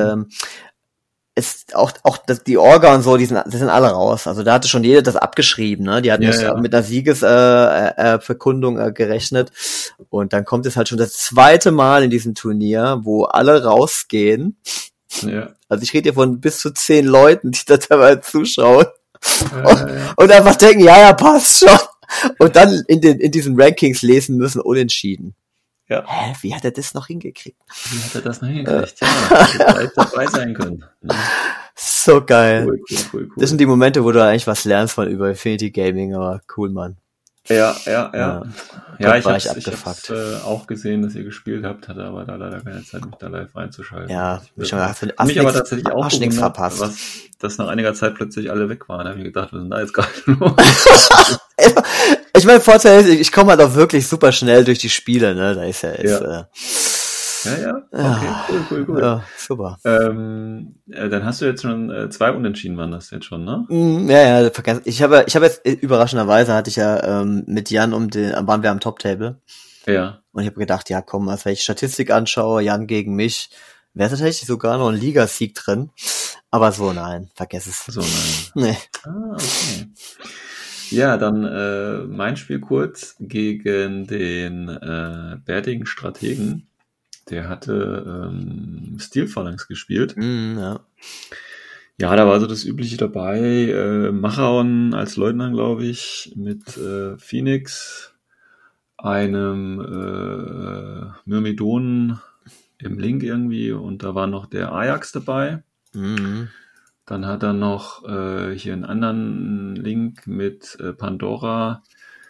ist auch die Orga und so, die sind alle raus. Also da hatte schon jeder das abgeschrieben, ne? Die hatten mit einer Siegesverkundung gerechnet. Und dann kommt es halt schon das 2. Mal in diesem Turnier, wo alle rausgehen. Ja. Also ich rede hier von bis zu 10 Leuten, die da dabei zuschauen. Und einfach denken, ja, passt schon. Und dann in diesen Rankings lesen müssen, unentschieden. Ja. Hä, wie hat er das noch hingekriegt? Wie hat er das noch hingekriegt? Ja, hätte dabei sein können. Ja. So geil. Cool. Das sind die Momente, wo du eigentlich was lernst über Infinity Gaming, aber cool, Mann. Ja, ich abgefuckt. hab's auch gesehen, dass ihr gespielt habt, hatte aber da leider keine Zeit, mich da live reinzuschalten. Ja, mich aber tatsächlich auch gewundert, dass nach einiger Zeit plötzlich alle weg waren. Da habe ich gedacht, was ist denn da jetzt gerade los? Ich meine, Vorteil ist, ich komme halt auch wirklich super schnell durch die Spiele, ne? Da ist Okay, cool. Ja, super. Dann hast du jetzt schon 2 Unentschieden, waren das jetzt schon, ne? Ja, vergessen. Ich habe jetzt überraschenderweise hatte ich ja mit Jan waren wir am Top-Table. Ja. Und ich habe gedacht, ja komm, also wenn ich Statistik anschaue, Jan gegen mich, wäre tatsächlich sogar noch ein Ligasieg drin. Aber so, nein, vergess es. So, nein. Nee. Okay. Ja, dann mein Spiel kurz gegen den bärtigen Strategen. Der hatte Steel Phalanx gespielt. Ja, da war so das Übliche dabei. Machaon als Leutnant, glaube ich, mit Phoenix, einem Myrmidon im Link irgendwie und da war noch der Ajax dabei. Dann hat er noch hier einen anderen Link mit Pandora,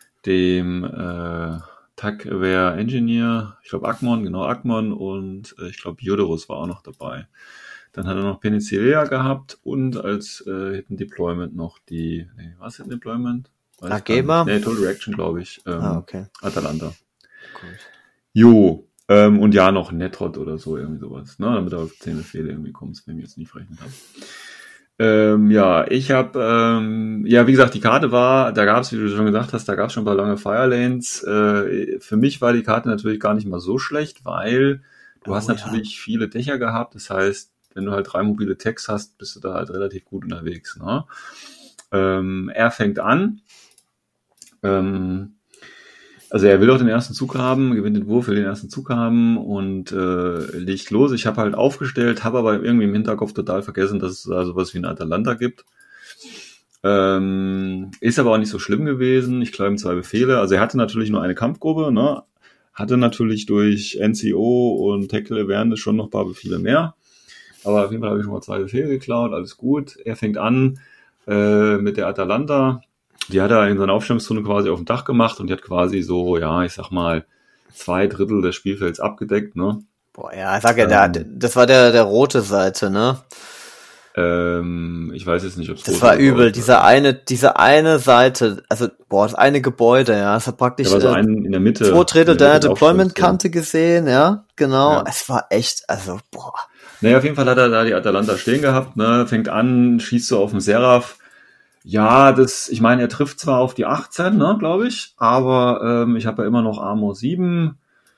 dem TAC-Aware Engineer, ich glaube Akmon und ich glaube Yodorus war auch noch dabei. Dann hat er noch Penicillea gehabt und als Hidden Deployment noch was Hidden Deployment? Agema? Total Reaction, glaube ich. Okay. Atalanta. Gut. Jo, und ja, noch Netrot oder so, irgendwie sowas, ne? Damit er auf 10 Befehle irgendwie kommt, wenn ich jetzt nicht verrechnet habe. Ich habe, wie gesagt, die Karte war, da gab es, wie du schon gesagt hast, da gab es schon ein paar lange Firelanes. Für mich war die Karte natürlich gar nicht mal so schlecht, weil du hast natürlich viele Dächer gehabt. Das heißt, wenn du halt 3 mobile Techs hast, bist du da halt relativ gut unterwegs. Ne? Er fängt an. Also er will auch den ersten Zug haben, gewinnt den Wurf, will den ersten Zug haben und legt los. Ich habe halt aufgestellt, habe aber irgendwie im Hinterkopf total vergessen, dass es da sowas wie ein Atalanta gibt. Ist aber auch nicht so schlimm gewesen. Ich glaube 2 Befehle. Also er hatte natürlich nur eine Kampfgruppe, ne? Hatte natürlich durch NCO und Tackle Awareness schon noch ein paar Befehle mehr. Aber auf jeden Fall habe ich schon mal 2 Befehle geklaut, alles gut. Er fängt an mit der Atalanta. Die hat er in seiner Aufstellungszone quasi auf dem Dach gemacht und die hat quasi so, ich sag mal, 2/3 des Spielfelds abgedeckt, ne? Boah, ja, ich sag ja, das war der rote Seite, ne? Ich weiß jetzt nicht, ob es das war übel, diese eine Seite, also, das eine Gebäude, ja, es hat praktisch so einen in der Mitte, 2/3 der Deployment-Kante gesehen, ja, genau, ja. Es war echt, also, Naja, auf jeden Fall hat er da die Atalanta stehen gehabt, ne, fängt an, schießt so auf den Seraph. Ja, ich meine, er trifft zwar auf die 18, ne, glaube ich, aber ich habe ja immer noch Armor 7.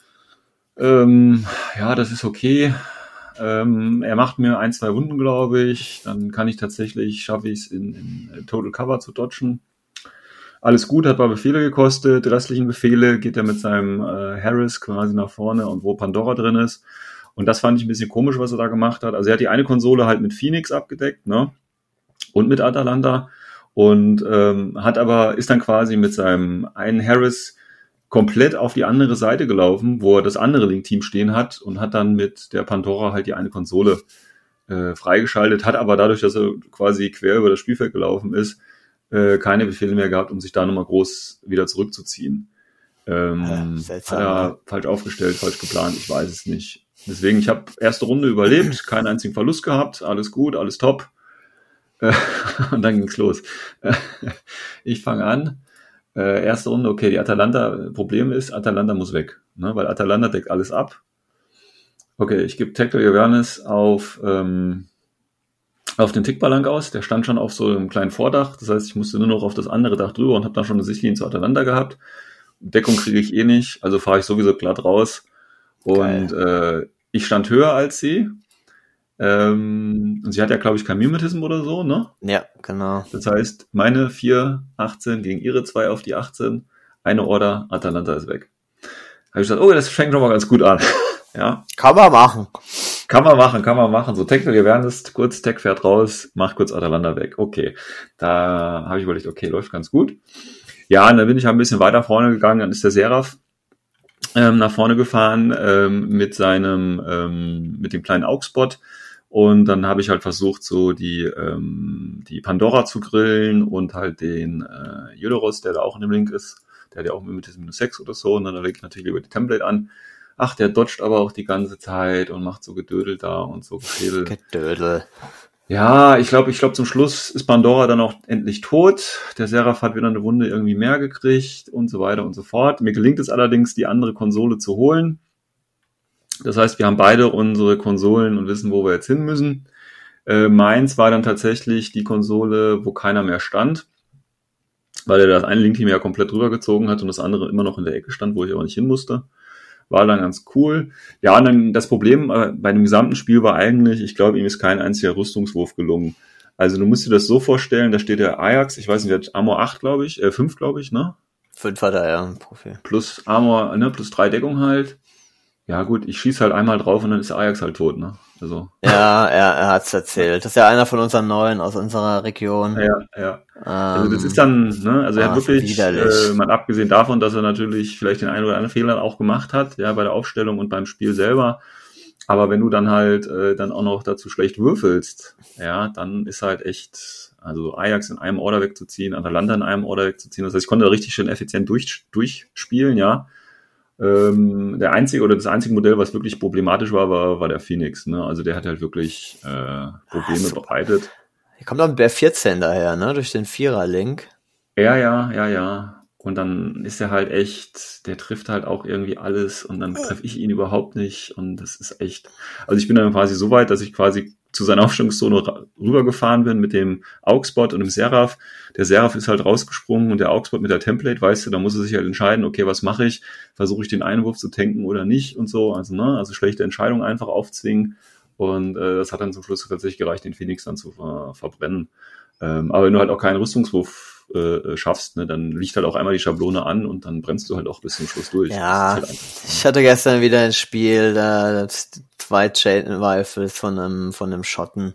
Das ist okay. Er macht mir 1-2 Wunden, glaube ich. Dann schaffe ich es in Total Cover zu dodgen. Alles gut, hat ein paar Befehle gekostet. Die restlichen Befehle geht er mit seinem Harris quasi nach vorne und wo Pandora drin ist. Und das fand ich ein bisschen komisch, was er da gemacht hat. Also er hat die eine Konsole halt mit Phoenix abgedeckt, ne? Und mit Atalanta. Und ist dann quasi mit seinem einen Harris komplett auf die andere Seite gelaufen, wo er das andere Link-Team stehen hat und hat dann mit der Pandora halt die eine Konsole freigeschaltet, hat aber dadurch, dass er quasi quer über das Spielfeld gelaufen ist, keine Befehle mehr gehabt, um sich da nochmal groß wieder zurückzuziehen. Hat er falsch aufgestellt, falsch geplant, ich weiß es nicht. Deswegen, ich habe erste Runde überlebt, keinen einzigen Verlust gehabt, alles gut, alles top. Und dann ging's los. Ich fange an. Erste Runde, okay, die Atalanta, Problem ist, Atalanta muss weg, ne, weil Atalanta deckt alles ab. Okay, ich gebe Tactical Awareness auf den Tickballank aus, der stand schon auf so einem kleinen Vordach, das heißt, ich musste nur noch auf das andere Dach drüber und habe dann schon eine Sichtlinie zu Atalanta gehabt. Deckung kriege ich eh nicht, also fahre ich sowieso glatt raus. Und ich stand höher als sie. Und sie hat ja, glaube ich, kein Mimetism oder so, ne? Ja, genau. Das heißt, meine 4-18 gegen ihre 2 auf die 18, eine Order, Atalanta ist weg. Habe ich gesagt, oh, das fängt schon mal ganz gut an. Ja. Kann man machen. Kann man machen. So, Tech, wir werden es kurz, Tech fährt raus, macht kurz Atalanta weg. Okay. Da habe ich überlegt, okay, läuft ganz gut. Ja, und dann bin ich ein bisschen weiter vorne gegangen, dann ist der Seraph nach vorne gefahren mit dem kleinen Augspot. Und dann habe ich halt versucht, so die Pandora zu grillen und halt den Yudoros, der da auch in dem Link ist. Der hat ja auch mit diesem -6 oder so. Und dann lege ich natürlich lieber die Template an. Ach, der dodgt aber auch die ganze Zeit und macht so Gedödel da und so Geschädel. Gedödel. Ja, ich glaube, zum Schluss ist Pandora dann auch endlich tot. Der Seraph hat wieder eine Wunde irgendwie mehr gekriegt und so weiter und so fort. Mir gelingt es allerdings, die andere Konsole zu holen. Das heißt, wir haben beide unsere Konsolen und wissen, wo wir jetzt hin müssen. Meins war dann tatsächlich die Konsole, wo keiner mehr stand, weil er das eine Link-Team ja komplett rübergezogen hat und das andere immer noch in der Ecke stand, wo ich aber nicht hin musste. War dann ganz cool. Ja, und dann das Problem bei dem gesamten Spiel war eigentlich, ich glaube, ihm ist kein einziger Rüstungswurf gelungen. Also du musst dir das so vorstellen, da steht der Ajax, ich weiß nicht, der hat Armor 8, glaube ich, 5, glaube ich, ne? 5 hat er, ja, Profi. Plus Armor, ne, plus 3 Deckung halt. Ja gut, ich schieße halt einmal drauf und dann ist der Ajax halt tot, ne? Also. Ja, er hat's erzählt. Das ist ja einer von unseren Neuen aus unserer Region. Ja. Also das ist dann, ne, also er hat wirklich, mal abgesehen davon, dass er natürlich vielleicht den einen oder anderen Fehler auch gemacht hat, ja, bei der Aufstellung und beim Spiel selber. Aber wenn du dann halt dann auch noch dazu schlecht würfelst, ja, dann ist halt echt, also Ajax in einem Order wegzuziehen, Atalanta in einem Order wegzuziehen. Das heißt, ich konnte da richtig schön effizient durchspielen, ja. Das einzige Modell, was wirklich problematisch war der Phoenix, ne? Also der hat halt wirklich Probleme bereitet. Hier kommt auch ein Bär 14 daher, ne? Durch den 4er-Link. Ja. Und dann ist er halt echt, der trifft halt auch irgendwie alles und dann treffe ich ihn überhaupt nicht und das ist echt, also ich bin dann quasi so weit, dass ich quasi zu seiner Aufstellungszone rübergefahren bin mit dem Augspot und dem Seraph. Der Seraph ist halt rausgesprungen und der Augspot mit der Template, weißt du, da muss er sich halt entscheiden, okay, was mache ich? Versuche ich den Einwurf zu tanken oder nicht und so, also schlechte Entscheidungen einfach aufzwingen und das hat dann zum Schluss tatsächlich gereicht, den Phoenix dann zu verbrennen. Aber wenn du halt auch keinen Rüstungswurf schaffst, ne, dann liegt halt auch einmal die Schablone an und dann brennst du halt auch bis zum Schluss durch. Ja, halt ich hatte gestern wieder ein Spiel, da 2 Chain Rifles von einem Schotten,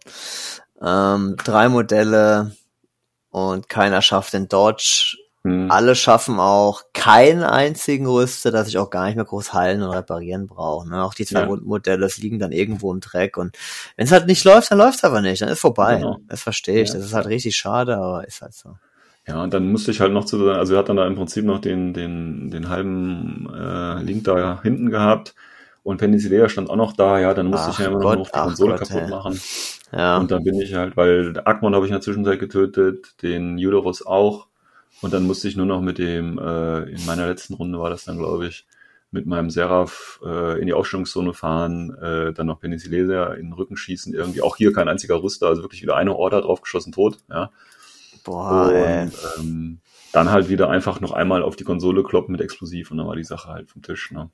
3 Modelle und keiner schafft den Dodge. Alle schaffen auch keinen einzigen Rüster, dass ich auch gar nicht mehr groß heilen und reparieren brauche. Ne? Auch die 2 Modelle, das liegen dann irgendwo im Dreck und wenn es halt nicht läuft, dann läuft es aber nicht, dann ist vorbei. Genau. Das verstehe ich, das ist halt richtig schade, aber ist halt so. Ja, und dann musste ich halt noch also er hat dann da im Prinzip noch den halben Link da hinten gehabt und Penicillea stand auch noch da, ja, dann musste ich ja immer noch die Konsole kaputt machen. Ja. Und dann bin ich halt, weil Akmon habe ich in der Zwischenzeit getötet, den Yudoros auch und dann musste ich nur noch mit dem, in meiner letzten Runde war das dann, glaube ich, mit meinem Seraph in die Ausstellungszone fahren, dann noch Penicillea in den Rücken schießen, irgendwie auch hier kein einziger Rüster, also wirklich wieder eine Order draufgeschossen, tot, ja. Boah, und dann halt wieder einfach noch einmal auf die Konsole kloppen mit Explosiv und dann war die Sache halt vom Tisch, ne?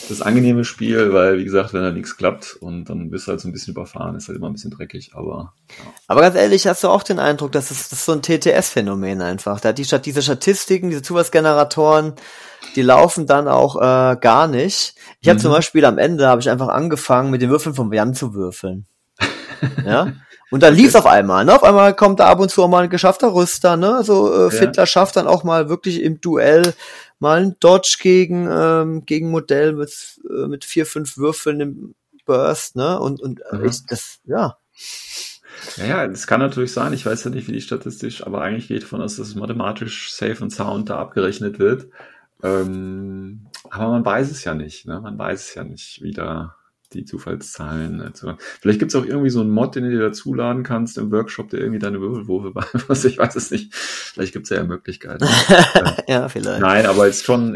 das angenehme Spiel, weil, wie gesagt, wenn da nichts klappt und dann bist du halt so ein bisschen überfahren, ist halt immer ein bisschen dreckig, aber ja. Aber ganz ehrlich, hast du auch den Eindruck, das ist so ein TTS-Phänomen einfach. Da hat diese Statistiken, diese Zufallsgeneratoren, die laufen dann auch gar nicht. Ich habe zum Beispiel am Ende, habe ich einfach angefangen, mit den Würfeln von Jan zu würfeln. Ja. Und dann lief's auf einmal, ne? Auf einmal kommt da ab und zu auch mal ein geschaffter Rüster, ne? So Fiddler schafft dann auch mal wirklich im Duell mal ein Dodge gegen Modell mit 4, 5 Würfeln im Burst, ne? Und das, ja. Ja, das kann natürlich sein. Ich weiß ja nicht, wie die statistisch, aber eigentlich geht davon aus, dass es mathematisch safe und sound da abgerechnet wird. Aber man weiß es ja nicht, ne? Man weiß es ja nicht, wie da die Zufallszahlen. Also, vielleicht gibt's auch irgendwie so einen Mod, den du dir dazuladen kannst im Workshop, der irgendwie deine Würfelwurfe beeinflusst. Ich weiß es nicht. Vielleicht gibt's ja Möglichkeiten. Ja, vielleicht. Nein, aber jetzt schon,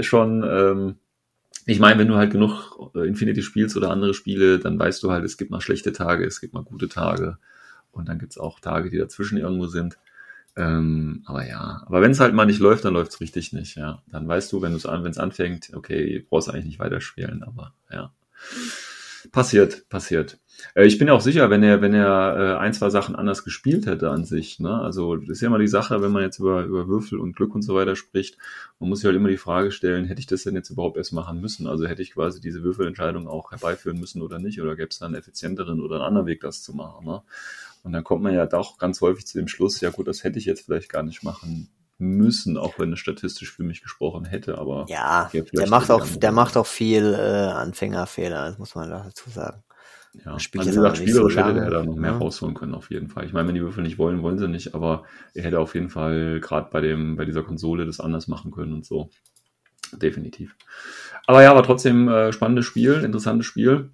ich meine, wenn du halt genug Infinity spielst oder andere Spiele, dann weißt du halt, es gibt mal schlechte Tage, es gibt mal gute Tage und dann gibt's auch Tage, die dazwischen irgendwo sind. Aber wenn es halt mal nicht läuft, dann läuft's richtig nicht, ja. Dann weißt du, wenn es anfängt, okay, brauchst du eigentlich nicht weiterspielen, aber ja. Passiert. Ich bin ja auch sicher, wenn er ein, zwei Sachen anders gespielt hätte an sich, ne? Also das ist ja immer die Sache, wenn man jetzt über Würfel und Glück und so weiter spricht, man muss sich halt immer die Frage stellen, hätte ich das denn jetzt überhaupt erst machen müssen? Also hätte ich quasi diese Würfelentscheidung auch herbeiführen müssen oder nicht? Oder gäbe es da einen effizienteren oder einen anderen Weg, das zu machen, ne? Und dann kommt man ja doch ganz häufig zu dem Schluss, ja gut, das hätte ich jetzt vielleicht gar nicht machen müssen, auch wenn es statistisch für mich gesprochen hätte, aber ja, der macht auch viel Anfängerfehler, das muss man dazu sagen. Ja, also wie gesagt, spielerisch hätte er da noch mehr rausholen können, auf jeden Fall. Ich meine, wenn die Würfel nicht wollen, wollen sie nicht, aber er hätte auf jeden Fall gerade bei dieser Konsole das anders machen können und so. Definitiv. Aber ja, war trotzdem spannendes Spiel, interessantes Spiel.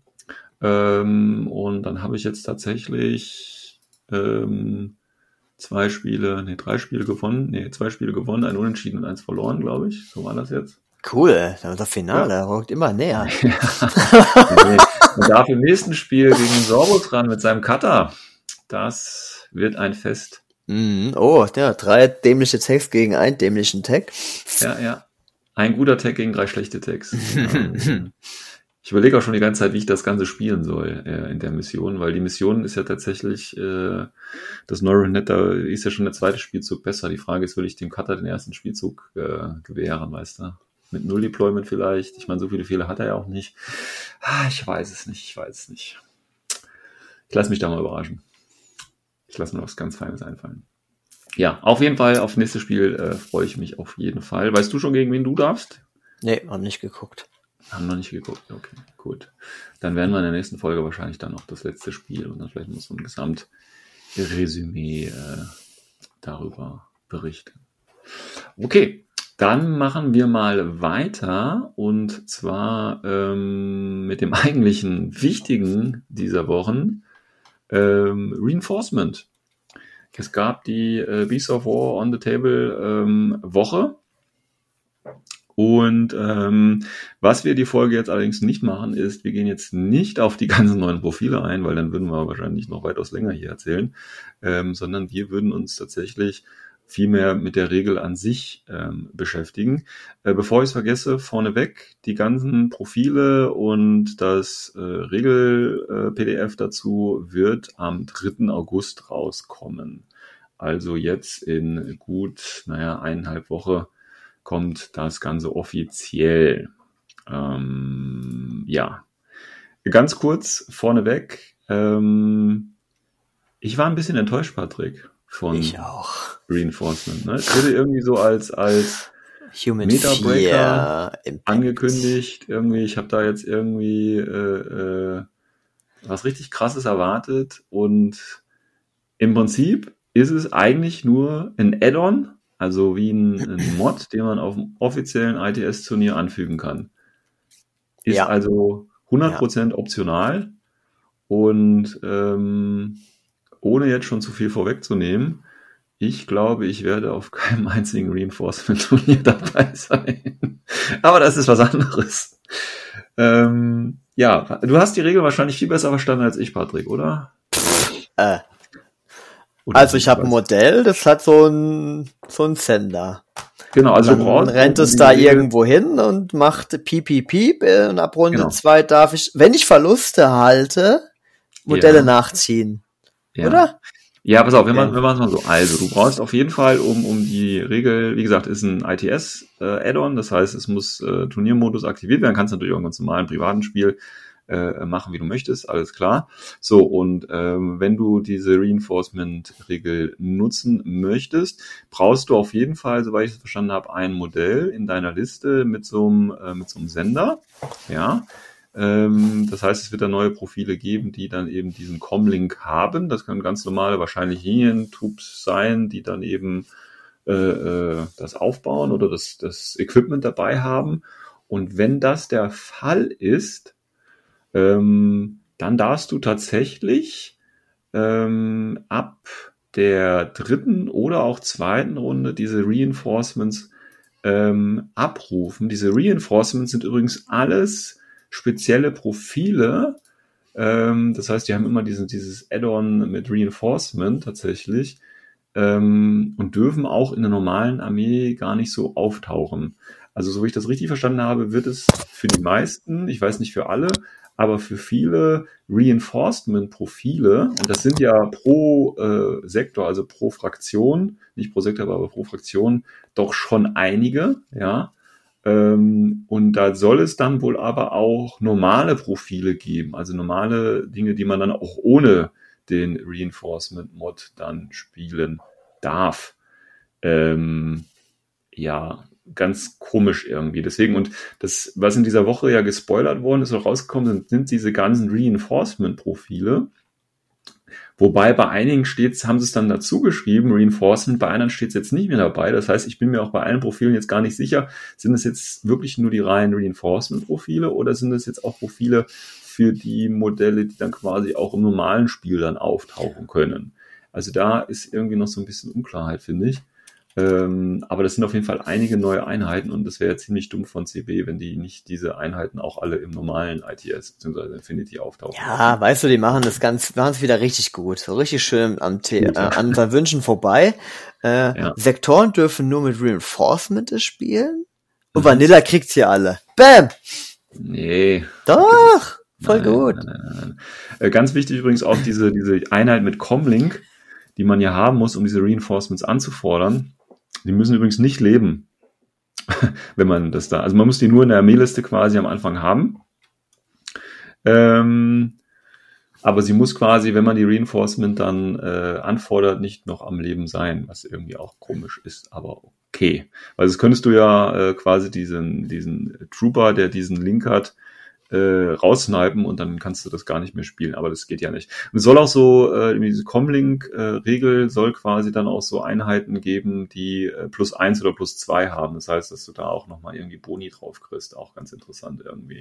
Und dann habe ich jetzt tatsächlich 2 Spiele gewonnen, ein Unentschieden und 1 verloren, glaube ich. So war das jetzt. Cool, das Finale rückt immer näher. Und darf im nächsten Spiel gegen Sorbus ran mit seinem Cutter. Das wird ein Fest. Oh, ja, 3 dämliche Tags gegen einen dämlichen Tag. Ja. Ein guter Tag gegen 3 schlechte Tags. Ich überlege auch schon die ganze Zeit, wie ich das Ganze spielen soll in der Mission, weil die Mission ist ja tatsächlich, das Neuronet, da ist ja schon der zweite Spielzug besser. Die Frage ist, will ich dem Cutter den ersten Spielzug gewähren, weißt du? Mit 0 Deployment vielleicht. Ich meine, so viele Fehler hat er ja auch nicht. Ich weiß es nicht. Ich lasse mich da mal überraschen. Ich lasse mir was ganz Feines einfallen. Ja, auf jeden Fall, auf nächstes Spiel freue ich mich auf jeden Fall. Weißt du schon, gegen wen du darfst? Nee, haben nicht geguckt. Haben noch nicht geguckt, okay, gut. Dann werden wir in der nächsten Folge wahrscheinlich dann noch das letzte Spiel und dann vielleicht muss so ein Gesamtresümee darüber berichten. Okay, dann machen wir mal weiter und zwar mit dem eigentlichen Wichtigen dieser Wochen, Reinforcement. Es gab die Beasts of War on the Table Woche. Und was wir die Folge jetzt allerdings nicht machen, ist, wir gehen jetzt nicht auf die ganzen neuen Profile ein, weil dann würden wir wahrscheinlich noch weitaus länger hier erzählen, sondern wir würden uns tatsächlich viel mehr mit der Regel an sich beschäftigen. Bevor ich es vergesse, vorneweg, die ganzen Profile und das Regel-PDF dazu wird am 3. August rauskommen. Also jetzt in gut, 1,5 Wochen kommt das Ganze offiziell. Ja, ganz kurz vorneweg. Ich war ein bisschen enttäuscht, Patrick, von Reinforcement. Ne? Es wurde irgendwie so als Human Metabreaker angekündigt. Irgendwie, ich habe da jetzt irgendwie was richtig Krasses erwartet und im Prinzip ist es eigentlich nur ein Add-on, also wie ein Mod, den man auf dem offiziellen ITS-Turnier anfügen kann. Ist also 100% optional und ohne jetzt schon zu viel vorwegzunehmen, ich glaube, ich werde auf keinem einzigen Reinforcement-Turnier dabei sein. Aber das ist was anderes. Ja, du hast die Regel wahrscheinlich viel besser verstanden als ich, Patrick, oder? Also ich habe ein Modell, das hat so ein Sender. Genau, also dann rennt es da irgendwo hin und macht piep, und ab Runde 2 darf ich, wenn ich Verluste halte, Modelle nachziehen. Ja. Oder? Ja, pass auf, wir machen es mal so. Also, du brauchst auf jeden Fall, um die Regel, wie gesagt, ist ein ITS-Add-on, das heißt, es muss Turniermodus aktiviert werden, kannst natürlich auch ganz normalen privaten Spiel machen, wie du möchtest, alles klar. So, und wenn du diese Reinforcement-Regel nutzen möchtest, brauchst du auf jeden Fall, soweit ich es verstanden habe, ein Modell in deiner Liste mit so einem Sender, ja. Das heißt, es wird da neue Profile geben, die dann eben diesen Comlink haben. Das können ganz normale, wahrscheinlich Linientroops sein, die dann eben das aufbauen oder das Equipment dabei haben. Und wenn das der Fall ist, dann darfst du tatsächlich ab der 3. oder auch 2. Runde diese Reinforcements abrufen. Diese Reinforcements sind übrigens alles spezielle Profile, das heißt, die haben immer dieses Add-on mit Reinforcement tatsächlich und dürfen auch in der normalen Armee gar nicht so auftauchen. Also so wie ich das richtig verstanden habe, wird es für die meisten, ich weiß nicht für alle, aber für viele Reinforcement-Profile, und das sind ja pro Sektor, also pro Fraktion, nicht pro Sektor, aber pro Fraktion, doch schon einige, ja. Und da soll es dann wohl aber auch normale Profile geben, also normale Dinge, die man dann auch ohne den Reinforcement-Mod dann spielen darf. Ja, ganz komisch irgendwie. Deswegen, und das, was in dieser Woche ja gespoilert worden ist, auch rausgekommen sind diese ganzen Reinforcement-Profile. Wobei bei einigen haben sie es dann dazu geschrieben, Reinforcement, bei anderen steht es jetzt nicht mehr dabei. Das heißt, ich bin mir auch bei allen Profilen jetzt gar nicht sicher, sind es jetzt wirklich nur die reinen Reinforcement-Profile oder sind es jetzt auch Profile für die Modelle, die dann quasi auch im normalen Spiel dann auftauchen können. Also da ist irgendwie noch so ein bisschen Unklarheit, finde ich. Aber das sind auf jeden Fall einige neue Einheiten und das wäre ja ziemlich dumm von CB, wenn die nicht diese Einheiten auch alle im normalen ITS bzw. Infinity auftauchen. Ja, weißt du, die machen es wieder richtig gut. So richtig schön an unseren Wünschen vorbei. Sektoren dürfen nur mit Reinforcement spielen und Vanilla kriegt's hier alle. Bam! Nee. Doch! Voll gut. Nein. Ganz wichtig übrigens auch diese Einheit mit Comlink, die man ja haben muss, um diese Reinforcements anzufordern. Die müssen übrigens nicht leben, wenn man das da, also man muss die nur in der Armeeliste quasi am Anfang haben. Aber sie muss quasi, wenn man die Reinforcement dann anfordert, nicht noch am Leben sein, was irgendwie auch komisch ist, aber okay. Weil das könntest du ja quasi diesen Trooper, der diesen Link hat, raussnipen und dann kannst du das gar nicht mehr spielen, aber das geht ja nicht. Und es soll auch so, diese Comlink-Regel soll quasi dann auch so Einheiten geben, die +1 oder +2 haben. Das heißt, dass du da auch nochmal irgendwie Boni drauf kriegst, auch ganz interessant irgendwie.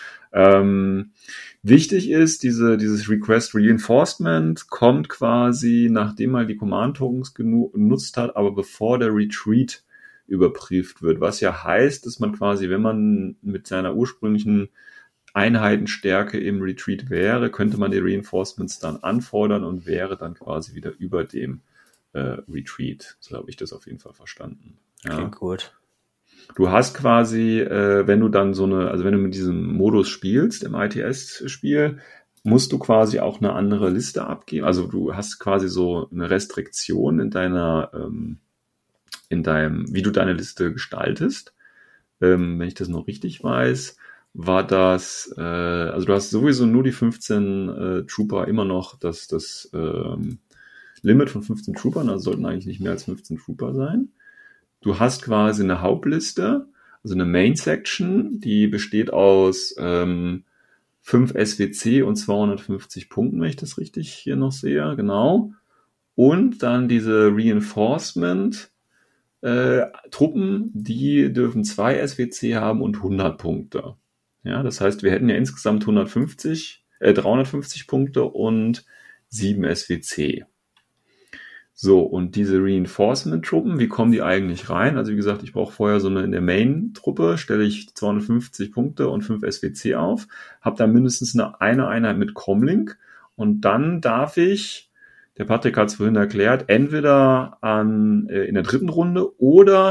Wichtig ist, dieses Request Reinforcement kommt quasi, nachdem man die Command-Tokens genutzt hat, aber bevor der Retreat überprüft wird. Was ja heißt, dass man quasi, wenn man mit seiner ursprünglichen Einheitenstärke im Retreat wäre, könnte man die Reinforcements dann anfordern und wäre dann quasi wieder über dem Retreat. So habe ich das auf jeden Fall verstanden. Ja. Klingt gut. Du hast quasi, wenn du dann wenn du mit diesem Modus spielst, im ITS-Spiel, musst du quasi auch eine andere Liste abgeben. Also du hast quasi so eine Restriktion in deinem, wie du deine Liste gestaltest. Wenn ich das noch richtig weiß, war das, also du hast sowieso nur die 15 Trooper immer noch das Limit von 15 Troopern, also sollten eigentlich nicht mehr als 15 Trooper sein. Du hast quasi eine Hauptliste, also eine Main Section, die besteht aus 5 SWC und 250 Punkten, wenn ich das richtig hier noch sehe, genau. Und dann diese Reinforcement Truppen, die dürfen 2 SWC haben und 100 Punkte. Ja, das heißt, wir hätten ja insgesamt 350 Punkte und 7 SWC. So, und diese Reinforcement-Truppen, wie kommen die eigentlich rein? Also wie gesagt, ich brauche vorher in der Main-Truppe, stelle ich 250 Punkte und 5 SWC auf, habe da mindestens eine Einheit mit Comlink und dann darf ich, der Patrick hat es vorhin erklärt, entweder in der 3. Runde oder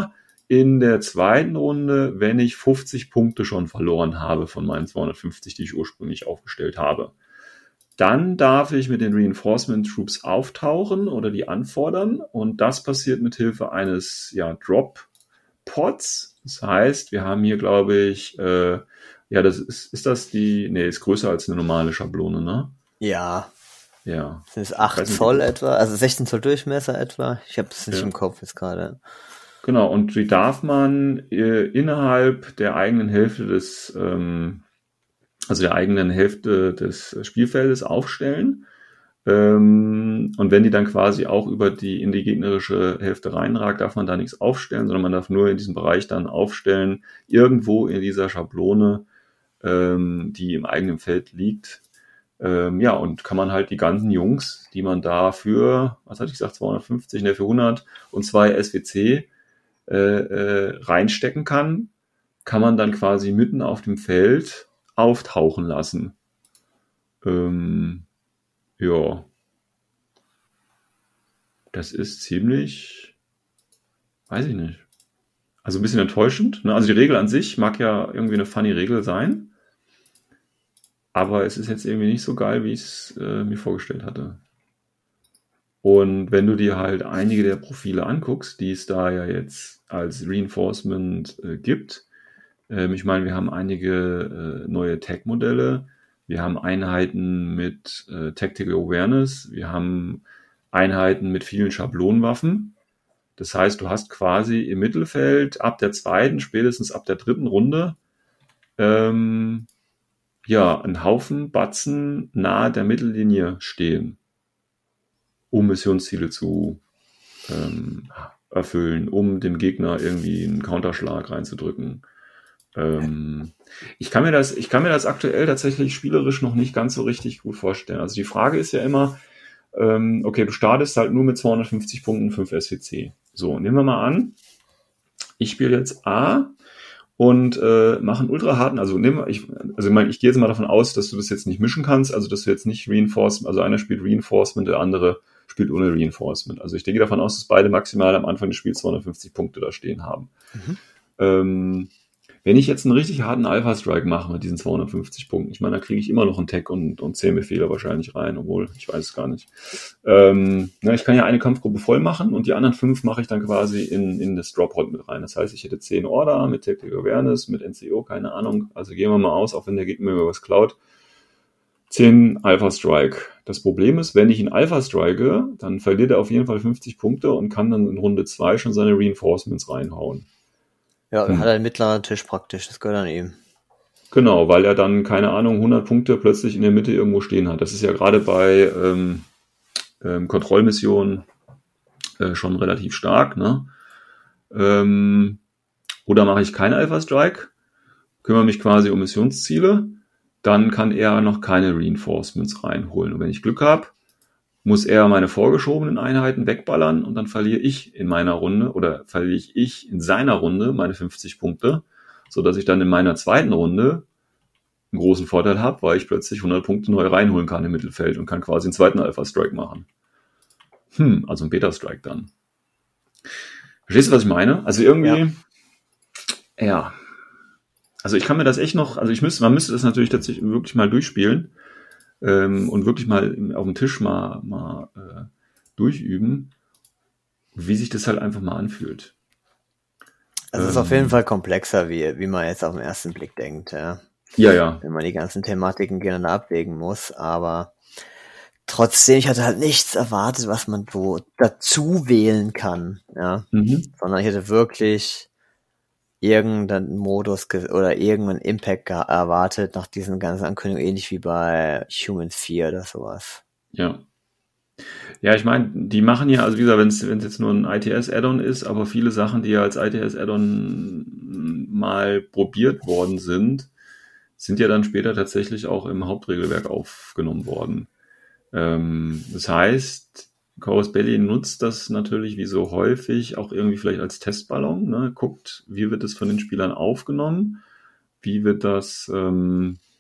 in der zweiten Runde, wenn ich 50 Punkte schon verloren habe von meinen 250, die ich ursprünglich aufgestellt habe. Dann darf ich mit den Reinforcement Troops auftauchen oder die anfordern. Und das passiert mit Hilfe eines Drop Pods. Das heißt, wir haben hier, glaube ich, das ist das die, ist größer als eine normale Schablone, ne? Ja. Ja. Das ist 8 Zoll etwa, also 16 Zoll Durchmesser etwa. Ich habe das nicht im Kopf jetzt gerade. Genau, und die darf man innerhalb der eigenen Hälfte des Spielfeldes aufstellen. Und wenn die dann quasi auch in die gegnerische Hälfte reinragt, darf man da nichts aufstellen, sondern man darf nur in diesem Bereich dann aufstellen, irgendwo in dieser Schablone, die im eigenen Feld liegt. Und kann man halt die ganzen Jungs, die man da für, was hatte ich gesagt, 250, für 100 und 2 SWC reinstecken kann man dann quasi mitten auf dem Feld auftauchen lassen. Das ist ziemlich, weiß ich nicht. Also ein bisschen enttäuschend. Ne? Also die Regel an sich mag ja irgendwie eine funny Regel sein, aber es ist jetzt irgendwie nicht so geil, wie ich es mir vorgestellt hatte. Und wenn du dir halt einige der Profile anguckst, die es da ja jetzt als Reinforcement gibt, ich meine, wir haben einige neue Tech-Modelle, wir haben Einheiten mit Tactical Awareness, wir haben Einheiten mit vielen Schablonenwaffen. Das heißt, du hast quasi im Mittelfeld ab der zweiten, spätestens ab der dritten Runde einen Haufen Batzen nahe der Mittellinie stehen, um Missionsziele zu erfüllen, um dem Gegner irgendwie einen Counterschlag reinzudrücken. Ich kann mir das aktuell tatsächlich spielerisch noch nicht ganz so richtig gut vorstellen. Also die Frage ist ja immer, okay, du startest halt nur mit 250 Punkten 5 SWC. So, nehmen wir mal an, ich spiele jetzt A und mache einen ultra harten, ich gehe jetzt mal davon aus, dass du das jetzt nicht mischen kannst, also dass du jetzt nicht Reinforcement, also einer spielt Reinforcement, der andere spielt ohne Reinforcement. Also ich gehe davon aus, dass beide maximal am Anfang des Spiels 250 Punkte da stehen haben. Wenn ich jetzt einen richtig harten Alpha-Strike mache mit diesen 250 Punkten, ich meine, da kriege ich immer noch einen Tech und 10 Befehle wahrscheinlich rein, obwohl, ich weiß es gar nicht. Ich kann ja eine Kampfgruppe voll machen und die anderen 5 mache ich dann quasi in das Drop-Pod mit rein. Das heißt, ich hätte 10 Order mit Tactical Awareness, mit NCO, keine Ahnung. Also gehen wir mal aus, auch wenn der Gegner mir was klaut. 10 Alpha-Strike. Das Problem ist, wenn ich ihn Alpha-strike, dann verliert er auf jeden Fall 50 Punkte und kann dann in Runde 2 schon seine Reinforcements reinhauen. Ja, hat einen mittleren Tisch praktisch, das gehört an ihm. Genau, weil er dann, keine Ahnung, 100 Punkte plötzlich in der Mitte irgendwo stehen hat. Das ist ja gerade bei Kontrollmissionen schon relativ stark. Ne? Oder mache ich keinen Alpha-Strike, kümmere mich quasi um Missionsziele, dann kann er noch keine Reinforcements reinholen. Und wenn ich Glück habe, muss er meine vorgeschobenen Einheiten wegballern und dann verliere ich in seiner Runde meine 50 Punkte, sodass ich dann in meiner zweiten Runde einen großen Vorteil habe, weil ich plötzlich 100 Punkte neu reinholen kann im Mittelfeld und kann quasi einen zweiten Alpha-Strike machen. Also einen Beta-Strike dann. Verstehst du, was ich meine? Also irgendwie, ja. Also ich kann mir das echt noch, man müsste das natürlich tatsächlich wirklich mal durchspielen. Und wirklich mal auf dem Tisch mal durchüben, wie sich das halt einfach mal anfühlt. Es ist auf jeden Fall komplexer, wie man jetzt auf den ersten Blick denkt. Ja. Wenn man die ganzen Thematiken gegeneinander abwägen muss, aber trotzdem, ich hatte halt nichts erwartet, was man so dazu wählen kann, ja. Sondern ich hätte wirklich irgendeinen Modus oder irgendeinen Impact erwartet nach diesen ganzen Ankündigungen, ähnlich wie bei Human 4 oder sowas. Ja, ich meine, die machen ja, also wie gesagt, wenn es jetzt nur ein ITS-Add-on ist, aber viele Sachen, die ja als ITS-Add-on mal probiert worden sind ja dann später tatsächlich auch im Hauptregelwerk aufgenommen worden. Das heißt, Corvus Belli nutzt das natürlich wie so häufig auch irgendwie vielleicht als Testballon, ne? Guckt, wie wird das von den Spielern aufgenommen, wie wird das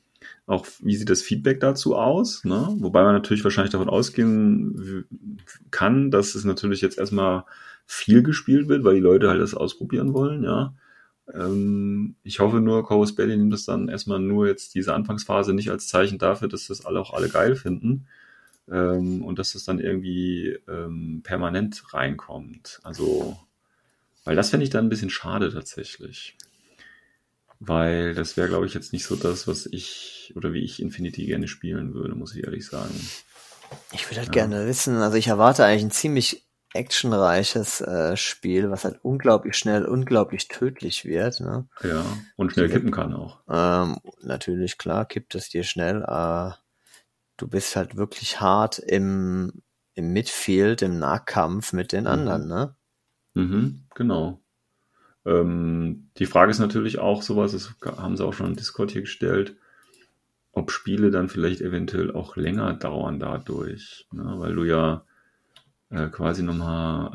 Auch wie sieht das Feedback dazu aus? Ne? Wobei man natürlich wahrscheinlich davon ausgehen kann, dass es natürlich jetzt erstmal viel gespielt wird, weil die Leute halt das ausprobieren wollen, ja. Ich hoffe nur, Corvus Belli nimmt das dann erstmal nur jetzt diese Anfangsphase nicht als Zeichen dafür, dass das auch alle geil finden, und dass das dann irgendwie permanent reinkommt. Also, weil das fände ich dann ein bisschen schade tatsächlich. Weil das wäre, glaube ich, jetzt nicht so das, was ich oder wie ich Infinity gerne spielen würde, muss ich ehrlich sagen. Ich würde halt gerne wissen, also ich erwarte eigentlich ein ziemlich actionreiches Spiel, was halt unglaublich schnell, unglaublich tödlich wird. Ne? Ja, und schnell kippen kann auch. Natürlich, klar, kippt es dir schnell, aber du bist halt wirklich hart im Midfield, im Nahkampf mit den anderen, ne? Genau. Die Frage ist natürlich auch sowas, das haben sie auch schon im Discord hier gestellt, ob Spiele dann vielleicht eventuell auch länger dauern dadurch, ne? Weil du ja quasi nochmal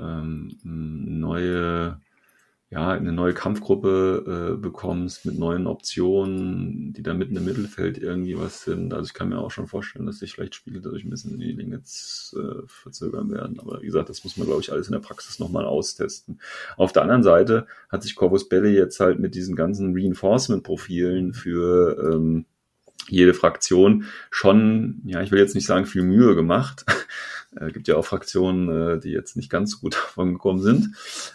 eine neue Kampfgruppe bekommst mit neuen Optionen, die dann mitten im Mittelfeld irgendwie was sind. Also ich kann mir auch schon vorstellen, dass sich vielleicht Spiele dadurch ein bisschen in die Länge verzögern werden. Aber wie gesagt, das muss man, glaube ich, alles in der Praxis nochmal austesten. Auf der anderen Seite hat sich Corvus Belli jetzt halt mit diesen ganzen Reinforcement-Profilen für jede Fraktion schon, ja, ich will jetzt nicht sagen viel Mühe gemacht. Gibt ja auch Fraktionen, die jetzt nicht ganz so gut davon gekommen sind.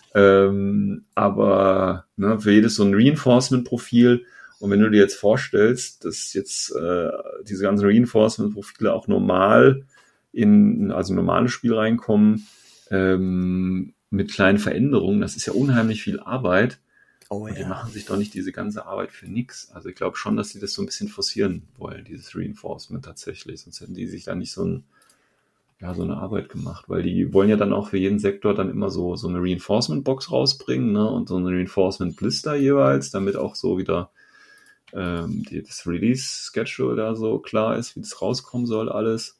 Aber ne, für jedes so ein Reinforcement-Profil, und wenn du dir jetzt vorstellst, dass jetzt diese ganzen Reinforcement-Profile auch normal also normales Spiel reinkommen, mit kleinen Veränderungen, das ist ja unheimlich viel Arbeit. Oh, und die machen sich doch nicht diese ganze Arbeit für nix. Also ich glaube schon, dass sie das so ein bisschen forcieren wollen, dieses Reinforcement tatsächlich. Sonst hätten die sich da nicht so eine Arbeit gemacht, weil die wollen ja dann auch für jeden Sektor dann immer so eine Reinforcement-Box rausbringen, ne, und so eine Reinforcement-Blister jeweils, damit auch so wieder das Release-Schedule da so klar ist, wie das rauskommen soll alles.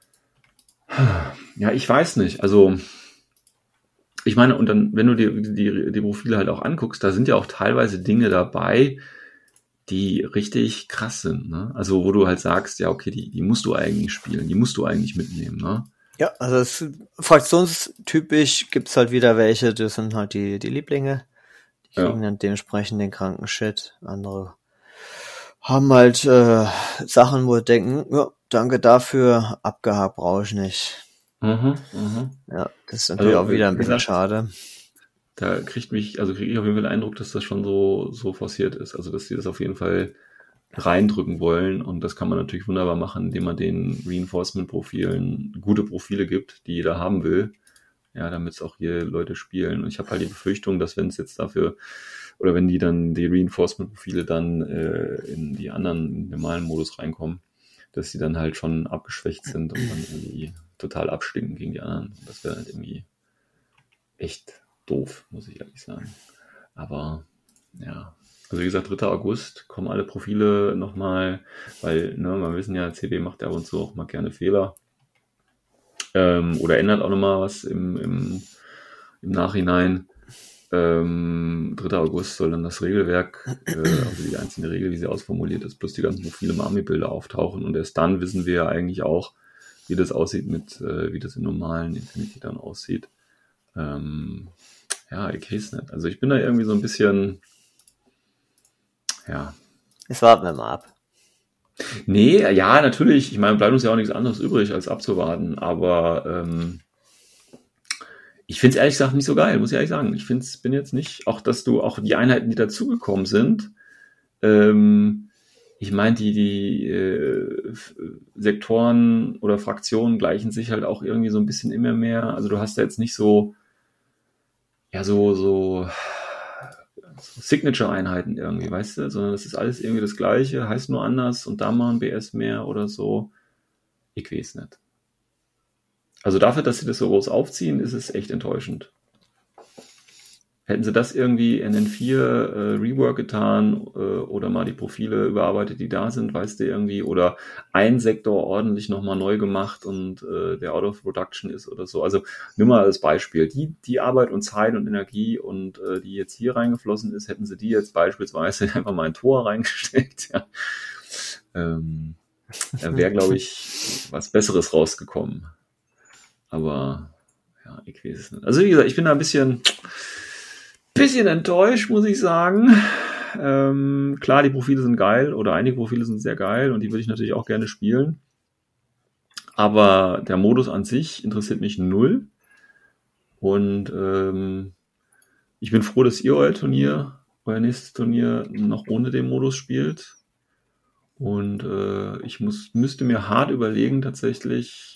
Ja, ich weiß nicht, also ich meine, und dann, wenn du dir die Profile halt auch anguckst, da sind ja auch teilweise Dinge dabei, die richtig krass sind, ne? Also wo du halt sagst, ja okay, die musst du eigentlich spielen, die musst du eigentlich mitnehmen, ne? Ja, also fraktionstypisch gibt's halt wieder welche, das sind halt die Lieblinge, die kriegen dann dementsprechend den kranken Shit. Andere haben halt Sachen, wo wir denken, ja, danke dafür, abgehakt brauche ich nicht. Ja, das ist natürlich auch wieder ein bisschen schade. Da kriege ich auf jeden Fall den Eindruck, dass das schon so forciert ist. Also, dass sie das auf jeden Fall reindrücken wollen. Und das kann man natürlich wunderbar machen, indem man den Reinforcement-Profilen gute Profile gibt, die jeder haben will. Ja, damit es auch hier Leute spielen. Und ich habe halt die Befürchtung, dass wenn es jetzt dafür, oder wenn die Reinforcement-Profile dann in die anderen normalen Modus reinkommen, dass die dann halt schon abgeschwächt sind und dann irgendwie total abstinken gegen die anderen. Das wäre halt irgendwie echt doof, muss ich ehrlich sagen. Aber ja, also wie gesagt, 3. August kommen alle Profile nochmal, weil, ne, wir wissen ja, CB macht ja ab und zu auch mal gerne Fehler. Oder ändert auch nochmal was im Nachhinein. 3. August soll dann das Regelwerk, also die einzelne Regel, wie sie ausformuliert ist, plus die ganzen Profile im Army-Bilder auftauchen. Und erst dann wissen wir ja eigentlich auch, wie das aussieht wie das im normalen Infinity dann aussieht. Ja, ich weiß nicht. Also ich bin da irgendwie so ein bisschen, ja. Jetzt warten wir mal ab. Nee, ja, natürlich. Ich meine, bleibt uns ja auch nichts anderes übrig, als abzuwarten. Aber ich finde es ehrlich gesagt nicht so geil, muss ich ehrlich sagen. Ich bin jetzt nicht, auch die Einheiten, die dazugekommen sind, ich meine, die Sektoren oder Fraktionen gleichen sich halt auch irgendwie so ein bisschen immer mehr. Also du hast da jetzt nicht so Signature-Einheiten irgendwie, weißt du? Sondern das ist alles irgendwie das Gleiche, heißt nur anders und da mal ein BS mehr oder so. Ich weiß nicht. Also dafür, dass sie das so groß aufziehen, ist es echt enttäuschend. Hätten sie das irgendwie in den 4 Rework getan oder mal die Profile überarbeitet, die da sind, weißt du irgendwie, oder ein Sektor ordentlich nochmal neu gemacht und der out of production ist oder so. Also nur mal als Beispiel. Die Arbeit und Zeit und Energie und die jetzt hier reingeflossen ist, hätten sie die jetzt beispielsweise einfach mal ein Tor reingesteckt. Ja. wäre, glaube ich, was Besseres rausgekommen. Aber ja, ich weiß es nicht. Also wie gesagt, ich bin da ein bisschen enttäuscht, muss ich sagen. Klar, die Profile sind geil oder einige Profile sind sehr geil und die würde ich natürlich auch gerne spielen. Aber der Modus an sich interessiert mich null. Und ich bin froh, dass ihr euer nächstes Turnier noch ohne den Modus spielt. Und ich müsste mir hart überlegen, tatsächlich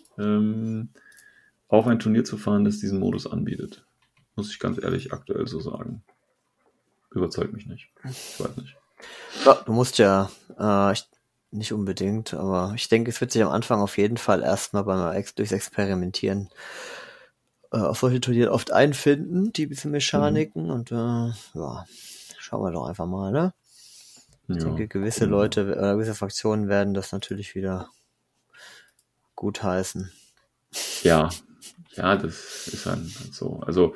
auf ein Turnier zu fahren, das diesen Modus anbietet. Muss ich ganz ehrlich aktuell so sagen. Überzeugt mich nicht. Ich weiß nicht. Ja, du musst ja, nicht unbedingt, aber ich denke, es wird sich am Anfang auf jeden Fall erstmal durchs Experimentieren auf solche Turniere oft einfinden, die bisschen Mechaniken und ja, schauen wir doch einfach mal, ne? Ich denke, gewisse Leute oder gewisse Fraktionen werden das natürlich wieder gutheißen. Ja, das ist dann so. Also,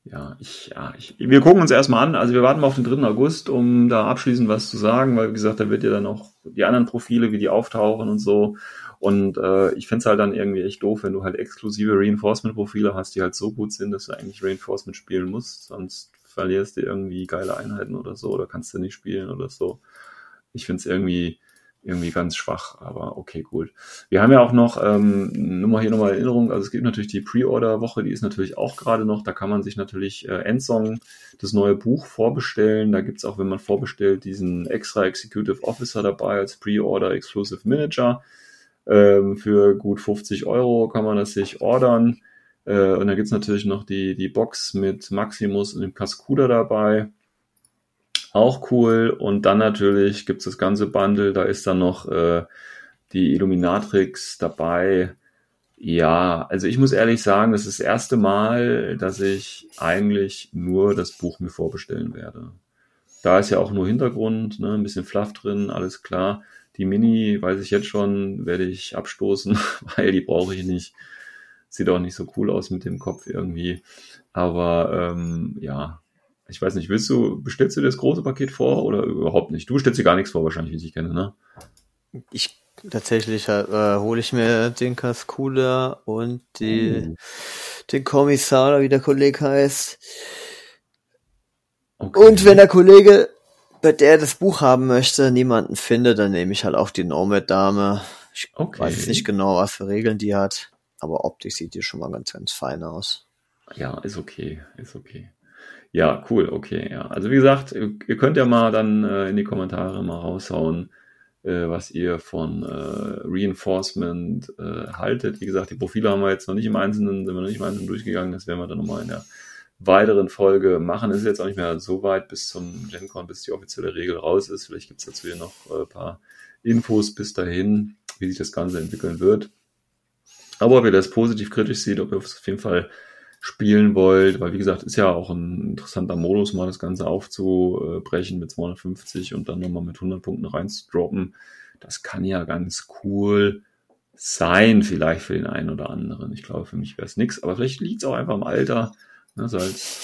wir gucken uns erstmal an. Also, wir warten mal auf den 3. August, um da abschließend was zu sagen, weil, wie gesagt, da wird ja dann auch die anderen Profile, wie die auftauchen und so. Und ich find's halt dann irgendwie echt doof, wenn du halt exklusive Reinforcement-Profile hast, die halt so gut sind, dass du eigentlich Reinforcement spielen musst. Sonst verlierst du irgendwie geile Einheiten oder so oder kannst du nicht spielen oder so. Ich find's irgendwie ganz schwach, aber okay, gut. Wir haben ja auch noch, nur mal Erinnerung, also es gibt natürlich die Pre-Order-Woche, die ist natürlich auch gerade noch, da kann man sich natürlich Endsong, das neue Buch, vorbestellen. Da gibt's auch, wenn man vorbestellt, diesen extra Executive Officer dabei als Pre-Order Exclusive Manager. Für gut 50 € kann man das sich ordern. Und dann gibt's natürlich noch die Box mit Maximus und dem Cascuda dabei. Auch cool. Und dann natürlich gibt's das ganze Bundle. Da ist dann noch die Illuminatrix dabei. Ja, also ich muss ehrlich sagen, das ist das erste Mal, dass ich eigentlich nur das Buch mir vorbestellen werde. Da ist ja auch nur Hintergrund, ne, ein bisschen Fluff drin, alles klar. Die Mini, weiß ich jetzt schon, werde ich abstoßen, weil die brauche ich nicht. Sieht auch nicht so cool aus mit dem Kopf irgendwie. Aber ja, ich weiß nicht, bestellst du dir das große Paket vor oder überhaupt nicht? Du bestellst dir gar nichts vor, wahrscheinlich, wie ich dich kenne, ne? Tatsächlich hole ich mir den Cascuda und den Kommissar, oder wie der Kollege heißt. Okay. Und wenn der Kollege, bei der das Buch haben möchte, niemanden findet, dann nehme ich halt auch die Nomad-Dame. Ich weiß jetzt nicht genau, was für Regeln die hat, aber optisch sieht die schon mal ganz, ganz fein aus. Ja, ist okay. Ja, cool, okay, ja. Also wie gesagt, ihr könnt ja mal dann in die Kommentare mal raushauen, was ihr von Reinforcement haltet. Wie gesagt, die Profile haben wir jetzt noch nicht im Einzelnen durchgegangen. Das werden wir dann nochmal in der weiteren Folge machen. Es ist jetzt auch nicht mehr so weit bis zum GenCon, bis die offizielle Regel raus ist. Vielleicht gibt es dazu hier noch ein paar Infos bis dahin, wie sich das Ganze entwickeln wird. Aber ob ihr das positiv kritisch seht, ob ihr auf jeden Fall spielen wollt, weil wie gesagt, ist ja auch ein interessanter Modus, mal das Ganze aufzubrechen mit 250 und dann nochmal mit 100 Punkten reinzudroppen. Das kann ja ganz cool sein, vielleicht für den einen oder anderen. Ich glaube, für mich wäre es nix, aber vielleicht liegt es auch einfach im Alter. Also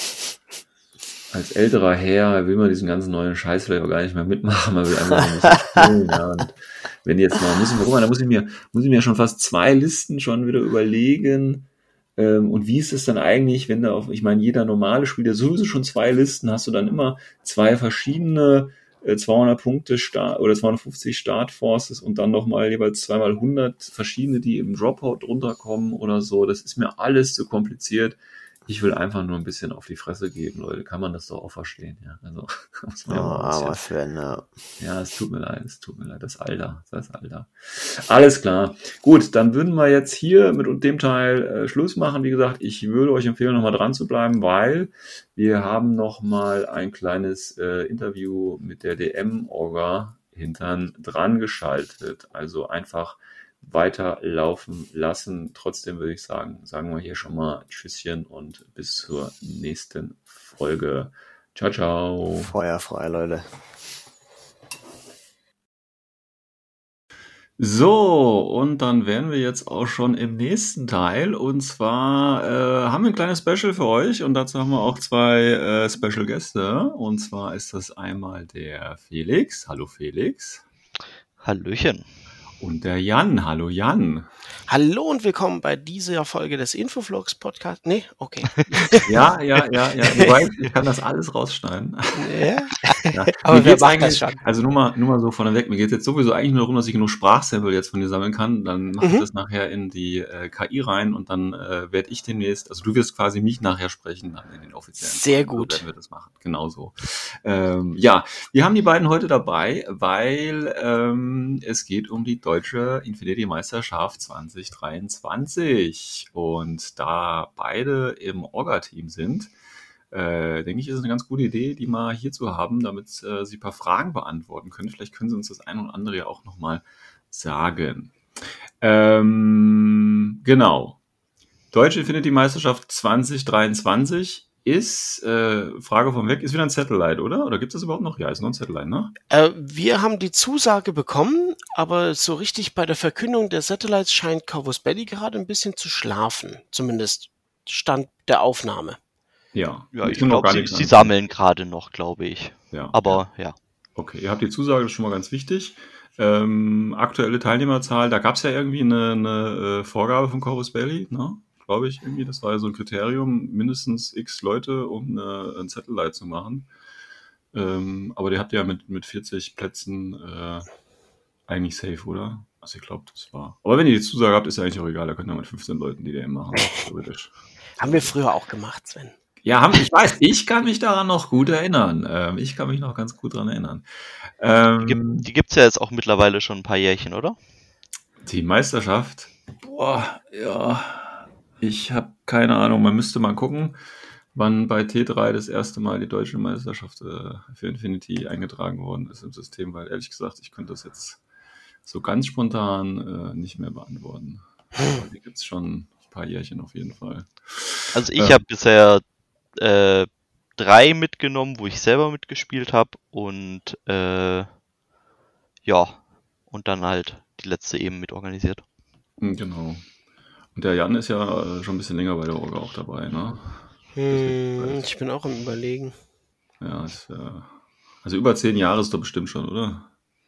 als älterer Herr will man diesen ganzen neuen Scheiß vielleicht auch gar nicht mehr mitmachen, man will einfach ein bisschen spielen. Ja. Und wenn jetzt mal, da muss ich mir schon fast 2 Listen schon wieder überlegen. Und wie ist es dann eigentlich, wenn da ich meine, jeder normale Spieler sowieso schon 2 Listen, hast du dann immer 2 verschiedene 200 Punkte oder 250 Startforces und dann nochmal jeweils 2 mal 100 verschiedene, die im Dropout runterkommen oder so. Das ist mir alles zu kompliziert. Ich will einfach nur ein bisschen auf die Fresse geben, Leute. Kann man das doch auch verstehen, ja. Also, muss man aber Sven, ja. Ja, es tut mir leid. Das Alter. Alles klar. Gut, dann würden wir jetzt hier mit dem Teil Schluss machen. Wie gesagt, ich würde euch empfehlen, nochmal dran zu bleiben, weil wir haben nochmal ein kleines Interview mit der DM-Orga hintern dran geschaltet. Also einfach weiterlaufen lassen. Trotzdem würde ich sagen wir hier schon mal Tschüsschen und bis zur nächsten Folge. Ciao, ciao. Feuer frei, Leute. So, und dann wären wir jetzt auch schon im nächsten Teil. Und zwar haben wir ein kleines Special für euch und dazu haben wir auch 2 Special Gäste. Und zwar ist das einmal der Felix. Hallo Felix. Hallöchen. Und der Jan. Hallo Jan. Hallo und willkommen bei dieser Folge des Infoflux Podcast. Nee, okay. Ja. Du weißt, ich kann das alles rausschneiden. Ja. Ja. Aber Mir wer geht's macht das eigentlich- schon? Also nur mal so vorneweg, mir geht es jetzt sowieso eigentlich nur darum, dass ich genug Sprachsample jetzt von dir sammeln kann. Dann mache ich das nachher in die KI rein und dann werde ich demnächst, also du wirst quasi mich nachher sprechen dann in den offiziellen Sehr Folgen. gut. So werden wir das machen, genauso. Ja, wir haben die beiden heute dabei, weil es geht um die deutsche Infinity-Meisterschaft 2023. Und da beide im Orga-Team sind, denke ich, ist es eine ganz gute Idee, die mal hier zu haben, damit sie ein paar Fragen beantworten können. Vielleicht können sie uns das ein und andere ja auch nochmal sagen. Genau. Deutsche Infinity-Meisterschaft 2023 ist, Frage von weg, ist wieder ein Satellite, oder? Oder gibt es das überhaupt noch? Ja, ist noch ein Satellite, ne? Wir haben die Zusage bekommen, aber so richtig bei der Verkündung der Satellites scheint Corvus Belli gerade ein bisschen zu schlafen. Zumindest Stand der Aufnahme. Ja. Ja, ich bin noch glaube, gar sie nichts sie an- sammeln gerade noch, glaube ich. Ja. Aber ja. Okay, ihr habt die Zusage, das ist schon mal ganz wichtig. Aktuelle Teilnehmerzahl, da gab es ja irgendwie eine Vorgabe von Corvus Belli, ne? Glaube ich irgendwie. Das war ja so ein Kriterium, mindestens x Leute, um ein Satellite zu machen. Aber die habt ihr ja mit 40 Plätzen eigentlich safe, oder? Also ich glaube, das war. Aber wenn ihr die Zusage habt, ist ja eigentlich auch egal. Da könnt ihr mit 15 Leuten die DM machen, theoretisch. Haben wir früher auch gemacht, Sven. Ja, ich weiß, ich kann mich daran noch gut erinnern. Ich kann mich noch ganz gut daran erinnern. Die gibt's ja jetzt auch mittlerweile schon ein paar Jährchen, oder? Die Meisterschaft? Boah, ja. Ich habe keine Ahnung. Man müsste mal gucken, wann bei T3 das erste Mal die deutsche Meisterschaft für Infinity eingetragen worden ist im System, weil ehrlich gesagt, ich könnte das jetzt so ganz spontan nicht mehr beantworten. Aber die gibt's schon ein paar Jährchen auf jeden Fall. Also ich habe bisher 3 mitgenommen, wo ich selber mitgespielt habe und ja, und dann halt die letzte eben mitorganisiert. Genau. Und der Jan ist ja schon ein bisschen länger bei der Orga auch dabei, ne? Ich bin auch am Überlegen. Ja, also über 10 Jahre ist doch bestimmt schon, oder?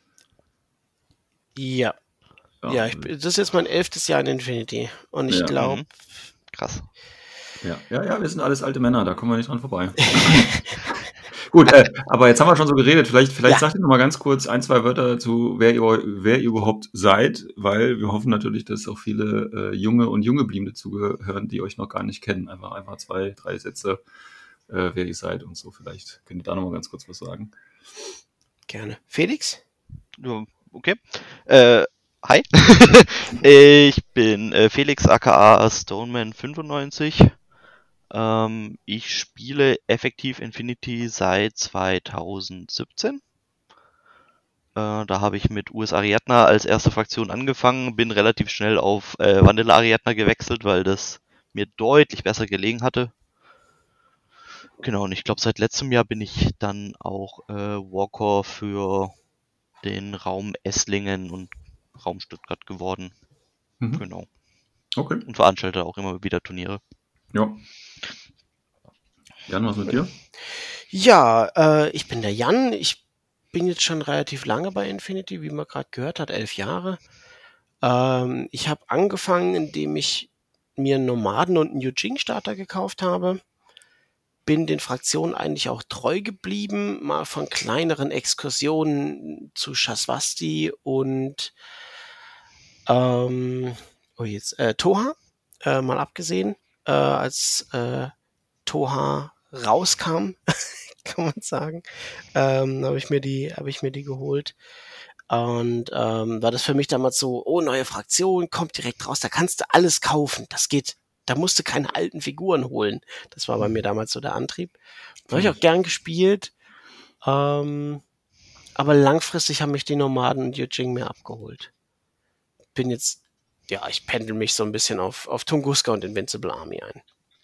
Ja. Ja, das ist jetzt mein 11. Jahr in Infinity. Und ich Ja. glaube, Krass. Ja, wir sind alles alte Männer, da kommen wir nicht dran vorbei. Gut, aber jetzt haben wir schon so geredet. Vielleicht sagt ihr noch mal ganz kurz 1, 2 Wörter dazu, wer ihr überhaupt seid, weil wir hoffen natürlich, dass auch viele junge und junge Bliebene zugehören, die euch noch gar nicht kennen. Einfach 2, 3 Sätze, wer ihr seid und so. Vielleicht könnt ihr da noch mal ganz kurz was sagen. gerne. Felix? Ja, okay. Hi. Ich bin Felix aka Stoneman95. Ich spiele effektiv Infinity seit 2017. Da habe ich mit US Ariadna als erste Fraktion angefangen, bin relativ schnell auf Vanilla Ariadna gewechselt, weil das mir deutlich besser gelegen hatte. Genau, und ich glaube, seit letztem Jahr bin ich dann auch Walker für den Raum Esslingen und Raum Stuttgart geworden. Mhm. Genau. Okay. Und veranstalte auch immer wieder Turniere. Ja. Jan, was mit dir? Ja, ich bin der Jan. Ich bin jetzt schon relativ lange bei Infinity, wie man gerade gehört hat, 11 Jahre. Ich habe angefangen, indem ich mir einen Nomaden und einen Yujing-Starter gekauft habe. Bin den Fraktionen eigentlich auch treu geblieben, mal von kleineren Exkursionen zu Shaswasti und Toha, mal abgesehen, als Toha rauskam, kann man sagen, habe ich mir die geholt. Und war das für mich damals so, oh, neue Fraktion, kommt direkt raus, da kannst du alles kaufen, das geht. Da musst du keine alten Figuren holen. Das war bei mir damals so der Antrieb. Habe ich auch gern gespielt. Aber langfristig haben mich die Nomaden und Yujing mehr abgeholt. Bin jetzt, ja, ich pendel mich so ein bisschen auf Tunguska und Invincible Army ein.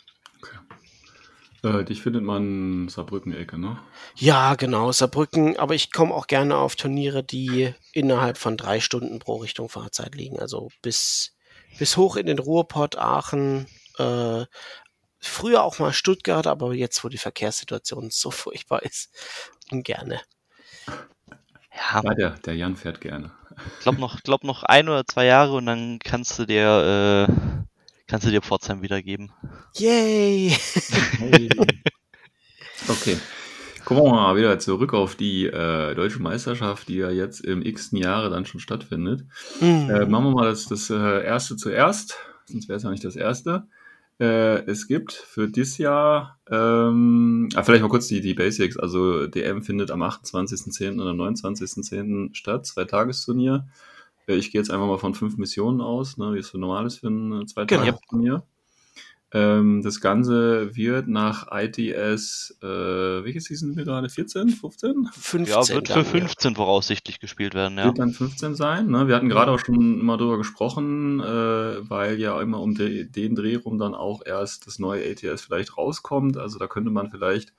Dich findet man Saarbrücken-Ecke, ne? Ja, genau, Saarbrücken, aber ich komme auch gerne auf Turniere, die innerhalb von 3 Stunden pro Richtung Fahrzeit liegen. Also bis hoch in den Ruhrpott, Aachen, früher auch mal Stuttgart, aber jetzt, wo die Verkehrssituation so furchtbar ist, gerne. Ja, Ja, der Jan fährt gerne. Glaub noch 1 oder 2 Jahre und dann kannst du dir Pforzheim wiedergeben. Yay! Hey. Okay. Kommen wir mal wieder zurück auf die deutsche Meisterschaft, die ja jetzt im x-ten Jahre dann schon stattfindet. Machen wir mal das erste zuerst, sonst wäre es ja nicht das erste. Es gibt für dieses Jahr, vielleicht mal kurz die Basics, also DM findet am 28.10. und am 29.10. statt, 2-Tagesturnier. Ich gehe jetzt einfach mal von 5 Missionen aus, ne, wie es so normal ist für ein 2-Tagesturnier. Das Ganze wird nach ITS, welche Season sind wir gerade? 14? 15? 15 Ja, wird dann, für 15 voraussichtlich gespielt werden, ja. Wird dann 15 sein. Ne? Wir hatten gerade auch schon mal drüber gesprochen, weil ja immer um den Dreh rum dann auch erst das neue ATS vielleicht rauskommt. Also da könnte man vielleicht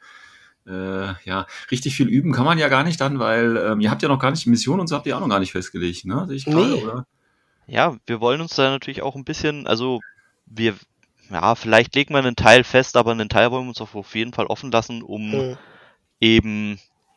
richtig viel üben kann man ja gar nicht dann, weil ihr habt ja noch gar nicht die Mission und so habt ihr auch noch gar nicht festgelegt, ne? Sehe ich gerade, Nee. oder? Ja, wir wollen uns da natürlich auch ein bisschen, also vielleicht legen wir einen Teil fest, aber einen Teil wollen wir uns auf jeden Fall offen lassen, um eben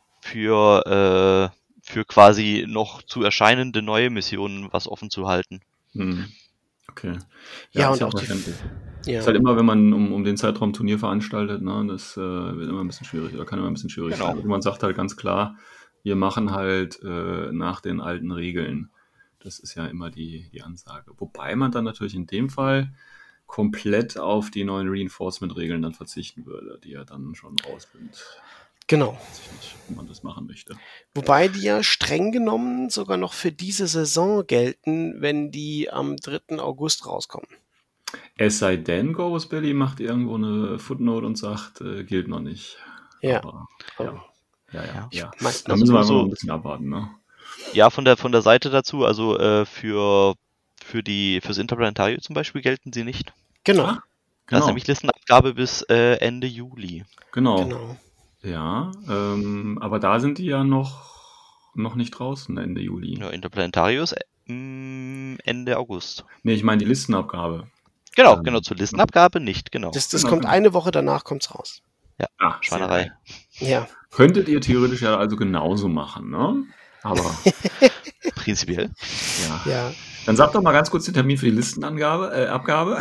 für quasi noch zu erscheinende neue Missionen was offen zu halten. Okay. Ja, ist und auch verständlich. Ja. Ist halt immer, wenn man um den Zeitraum Turnier veranstaltet, ne, das wird immer ein bisschen schwierig oder kann immer ein bisschen schwierig Genau. sein. Und man sagt halt ganz klar, wir machen halt nach den alten Regeln. Das ist ja immer die Ansage. Wobei man dann natürlich in dem Fall komplett auf die neuen Reinforcement-Regeln dann verzichten würde, die ja dann schon raus sind. Genau. Weiß ich nicht, ob man das machen möchte. Wobei die ja streng genommen sogar noch für diese Saison gelten, wenn die am 3. August rauskommen. Es sei denn, Goros Belly macht irgendwo eine Footnote und sagt, gilt noch nicht. Ja. Aber, Ja. ja. Mein- Da müssen wir also einfach noch ein bisschen abwarten, ne? Ja, von der Seite dazu, also fürs Interplanetarium zum Beispiel gelten sie nicht. Genau. Ah, Das ist genau. nämlich Listenabgabe bis Ende Juli. Genau. Ja, aber da sind die ja noch nicht draußen Ende Juli. Ja, Interplanetarium ist Ende August. Nee, ich meine die Listenabgabe. Genau, zur Listenabgabe nicht, genau. Das Genau, kommt genau. eine Woche danach kommt's raus. Ah, Schweinerei. Ja. Könntet ihr theoretisch ja also genauso machen, ne? Aber Prinzipiell. ja. Ja. Dann sagt doch mal ganz kurz den Termin für die Listenabgabe.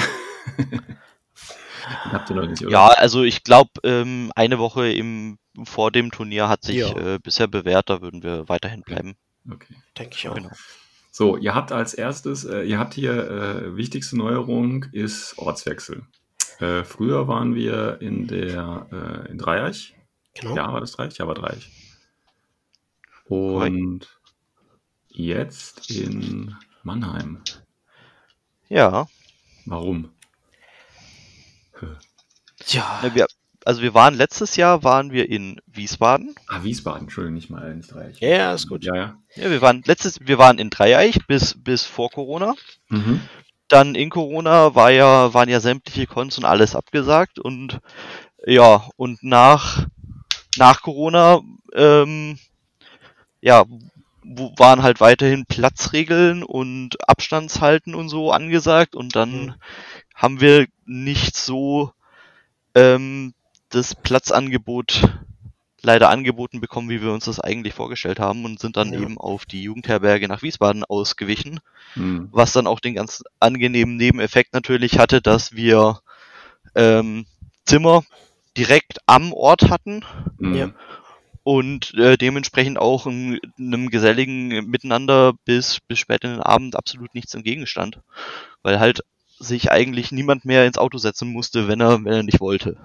Habt ihr noch nicht, oder? Ja, also ich glaube, eine Woche vor dem Turnier hat sich Ja. bisher bewährt, da würden wir weiterhin bleiben. Okay. Denke ich auch. Genau. So, ihr habt als erstes, wichtigste Neuerung ist Ortswechsel. Früher waren wir in Dreieich. Genau. Ja, war das Dreieich? Ja, war Dreieich. Und jetzt in Mannheim. Ja. Warum? Ja. Letztes Jahr waren wir in Wiesbaden. Ah, Wiesbaden, Entschuldigung, nicht mal ins Dreieich. Ja, ist gut. Ja. Ja, wir waren in Dreieich bis vor Corona. Mhm. Dann in Corona waren ja sämtliche Cons und alles abgesagt und ja, und nach Corona waren halt weiterhin Platzregeln und Abstandshalten und so angesagt und dann haben wir nicht so das Platzangebot leider angeboten bekommen, wie wir uns das eigentlich vorgestellt haben und sind dann eben auf die Jugendherberge nach Wiesbaden ausgewichen, was dann auch den ganz angenehmen Nebeneffekt natürlich hatte, dass wir Zimmer direkt am Ort hatten Ja. und dementsprechend auch in einem geselligen Miteinander bis spät in den Abend absolut nichts entgegenstand, weil halt sich eigentlich niemand mehr ins Auto setzen musste, wenn er nicht wollte.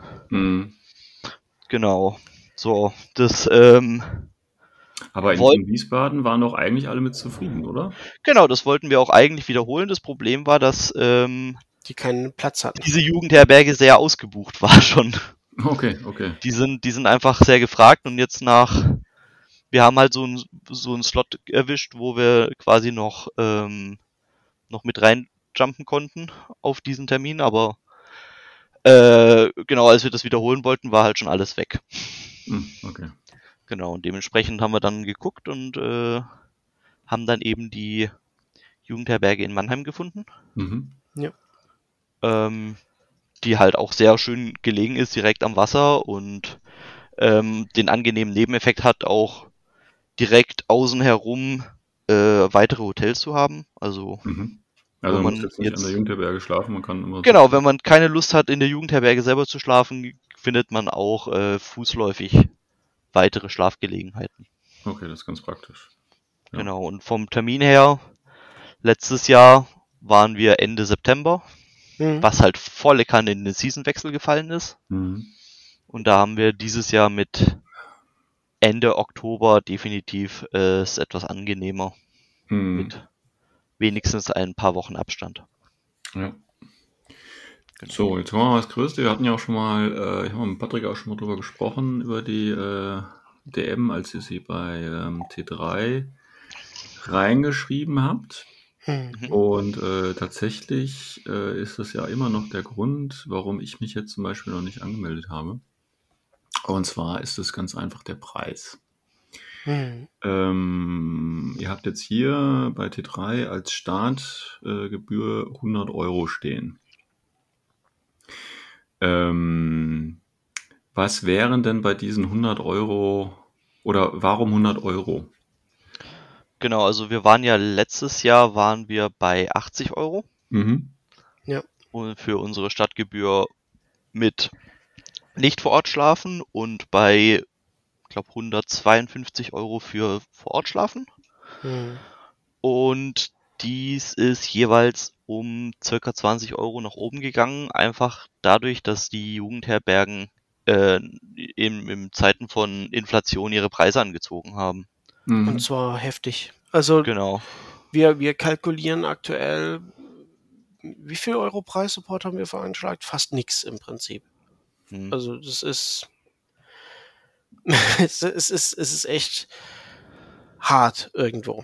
Genau. So, das aber in Wiesbaden waren doch eigentlich alle mit zufrieden, oder? Genau, das wollten wir auch eigentlich wiederholen. Das Problem war, dass Die keinen Platz hatten. diese Jugendherberge sehr ausgebucht war schon. Okay. Die sind einfach sehr gefragt und jetzt wir haben halt so einen Slot erwischt, wo wir quasi noch mit reinjumpen konnten auf diesen Termin, aber genau, als wir das wiederholen wollten, war halt schon alles weg. Okay. Genau, und dementsprechend haben wir dann geguckt und haben dann eben die Jugendherberge in Mannheim gefunden. Ja. Die halt auch sehr schön gelegen ist, direkt am Wasser und den angenehmen Nebeneffekt hat, auch direkt außen herum weitere Hotels zu haben. Also Also wenn man muss man jetzt nicht an der Jugendherberge schlafen, man kann immer... genau, wenn man keine Lust hat, in der Jugendherberge selber zu schlafen, findet man auch fußläufig weitere Schlafgelegenheiten. Okay, das ist ganz praktisch. Ja. Genau, und vom Termin her, letztes Jahr waren wir Ende September, was halt volle Kanne in den Seasonwechsel gefallen ist. Mhm. Und da haben wir dieses Jahr mit Ende Oktober definitiv es etwas angenehmer. Mit wenigstens ein paar Wochen Abstand. Ja. Genau. So, jetzt kommen wir mal das Größte. Wir hatten ja auch schon mal, ich habe mit Patrick auch schon mal drüber gesprochen, über die DM, als ihr sie bei T3 reingeschrieben habt. Und tatsächlich ist das ja immer noch der Grund, warum ich mich jetzt zum Beispiel noch nicht angemeldet habe. Und zwar ist es ganz einfach der Preis. Ihr habt jetzt hier bei T3 als Startgebühr 100 Euro stehen. Was wären denn bei diesen 100 Euro oder warum 100 Euro? Genau, also wir waren ja letztes Jahr bei 80 Euro. Ja. Und für unsere Stadtgebühr mit nicht vor Ort schlafen und bei, ich glaube, 152 Euro für vor Ort schlafen. Und dies ist jeweils um circa 20 Euro nach oben gegangen, einfach dadurch, dass die Jugendherbergen in Zeiten von Inflation ihre Preise angezogen haben. Und zwar heftig. Also Genau. wir kalkulieren aktuell, wie viel Euro Preissupport haben wir veranschlagt? Fast nichts im Prinzip. Also das ist es ist echt hart irgendwo.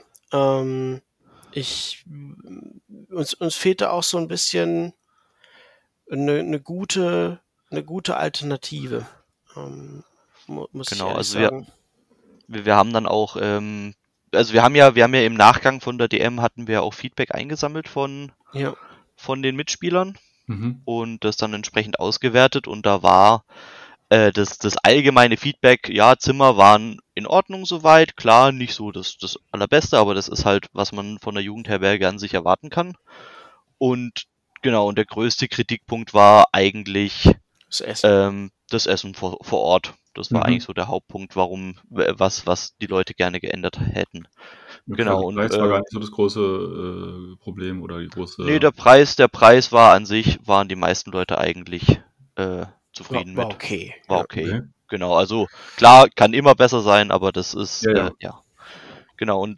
Uns fehlt da auch so ein bisschen eine gute Alternative. Muss ich ehrlich sagen. Wir haben dann auch, also wir haben ja im Nachgang von der DM hatten wir auch Feedback eingesammelt von den Mitspielern und das dann entsprechend ausgewertet und da war das allgemeine Feedback, ja, Zimmer waren in Ordnung soweit, klar, nicht so das Allerbeste, aber das ist halt, was man von der Jugendherberge an sich erwarten kann. Und genau, und der größte Kritikpunkt war eigentlich das Essen, das Essen vor Ort. Das war eigentlich so der Hauptpunkt, warum, was die Leute gerne geändert hätten. Okay, Genau. Der Preis war gar nicht so das große Problem oder die große... Nee, der Preis war an sich, waren die meisten Leute eigentlich zufrieden mit. War okay. War okay. Genau, also klar, kann immer besser sein, aber das ist, ja. Genau, und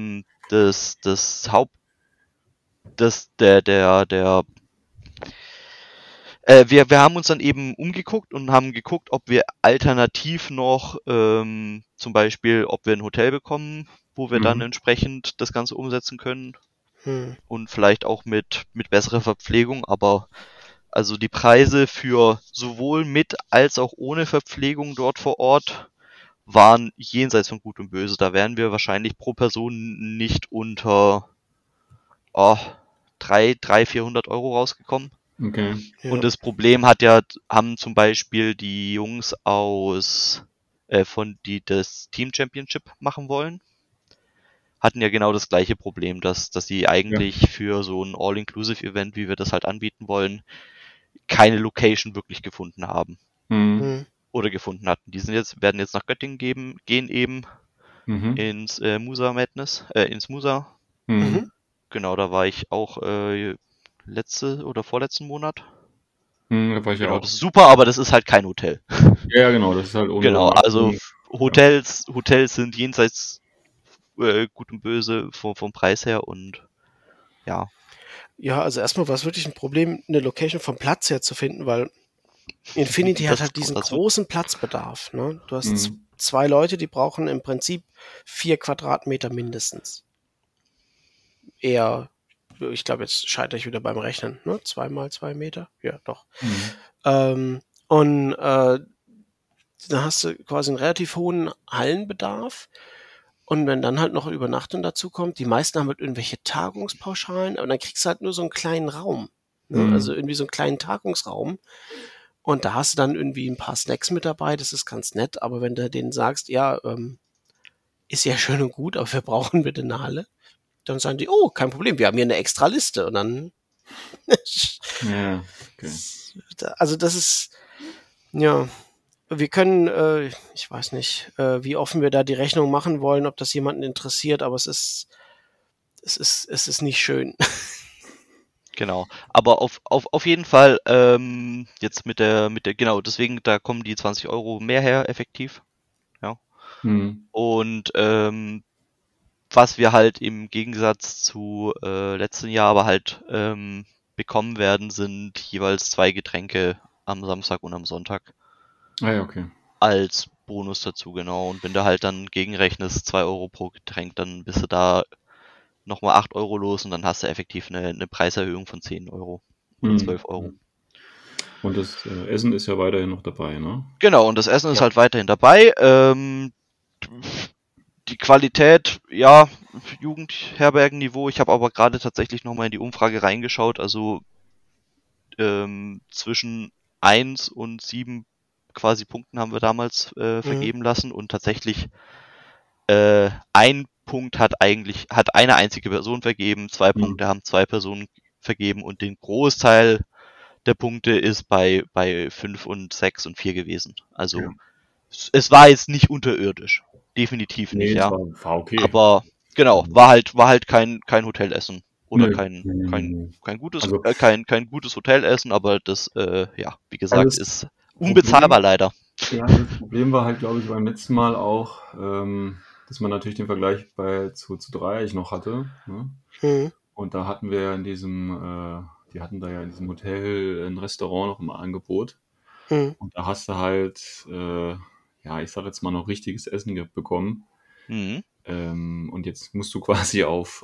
wir haben uns dann eben umgeguckt und haben geguckt, ob wir alternativ noch zum Beispiel, ob wir ein Hotel bekommen, wo wir dann entsprechend das Ganze umsetzen können und vielleicht auch mit besserer Verpflegung, aber also die Preise für sowohl mit als auch ohne Verpflegung dort vor Ort waren jenseits von Gut und Böse. Da wären wir wahrscheinlich pro Person nicht unter 300-400 Euro rausgekommen. Okay. Und das Problem haben zum Beispiel die Jungs die das Team Championship machen wollen, hatten ja genau das gleiche Problem, dass sie eigentlich für so ein All-Inclusive-Event, wie wir das halt anbieten wollen, keine Location wirklich gefunden haben. Oder gefunden hatten. Die werden jetzt nach Göttingen gehen eben ins Musa Madness, ins Musa. Genau, da war ich auch letzte oder vorletzten Monat. Da war ich genau, auch. Das ist super, aber das ist halt kein Hotel. Ja, genau, das ist halt ohne... Genau, also Hotels sind jenseits Gut und Böse vom Preis her und ja. Ja, also erstmal war es wirklich ein Problem, eine Location vom Platz her zu finden, weil Infinity hat halt diesen großen Platzbedarf. Ne? Du hast 2 Leute, die brauchen im Prinzip 4 Quadratmeter mindestens. Eher, ich glaube, jetzt scheitere ich wieder beim Rechnen. Ne? 2 mal 2 Meter? Ja, doch. Da hast du quasi einen relativ hohen Hallenbedarf. Und wenn dann halt noch Übernachtung dazu kommt, die meisten haben halt irgendwelche Tagungspauschalen, aber dann kriegst du halt nur so einen kleinen Raum. Ne? Also irgendwie so einen kleinen Tagungsraum. Und da hast du dann irgendwie ein paar Snacks mit dabei, das ist ganz nett, aber wenn du denen sagst, ja, ist ja schön und gut, aber wir brauchen bitte eine Halle, dann sagen die, oh, kein Problem, wir haben hier eine extra Liste. Und dann, Ja, okay. also das ist, ja, wir können, ich weiß nicht, wie offen wir da die Rechnung machen wollen, ob das jemanden interessiert, aber es ist nicht schön. Genau. Aber auf jeden Fall, jetzt mit der, genau, deswegen, da kommen die 20 Euro mehr her, effektiv. Ja. Und was wir halt im Gegensatz zu letzten Jahr aber halt bekommen werden, sind jeweils 2 Getränke am Samstag und am Sonntag Ah ja, okay. als Bonus dazu, genau. Und wenn du halt dann gegenrechnest, 2 Euro pro Getränk, dann bist du da nochmal 8 Euro los und dann hast du effektiv eine Preiserhöhung von 10 Euro oder 12 Euro. Und das Essen ist ja weiterhin noch dabei, ne? Genau, und das Essen ist halt weiterhin dabei. Die Qualität, ja, Jugendherbergenniveau. Ich habe aber gerade tatsächlich nochmal in die Umfrage reingeschaut. Also zwischen 1 und 7 quasi Punkten haben wir damals vergeben lassen. Und tatsächlich ein Punkt hat eine einzige Person vergeben, 2 Punkte haben 2 Personen vergeben und den Großteil der Punkte ist bei 5 und 6 und 4 gewesen. Also es war jetzt nicht unterirdisch. Definitiv nicht, ja. War okay. Aber genau, war halt kein Hotelessen. Oder kein gutes, Also- kein gutes Hotelessen, aber das, ja, wie gesagt, Also das ist unbezahlbar Problem- leider. Ja, das Problem war halt, glaube ich, beim letzten Mal auch, dass man natürlich den Vergleich zu Dreieich noch hatte. Ne? Und da hatten wir ja in diesem, die hatten da ja in diesem Hotel ein Restaurant noch im Angebot. Und da hast du halt, ja, ich sag jetzt mal noch richtiges Essen bekommen. Mhm. Und jetzt musst du quasi auf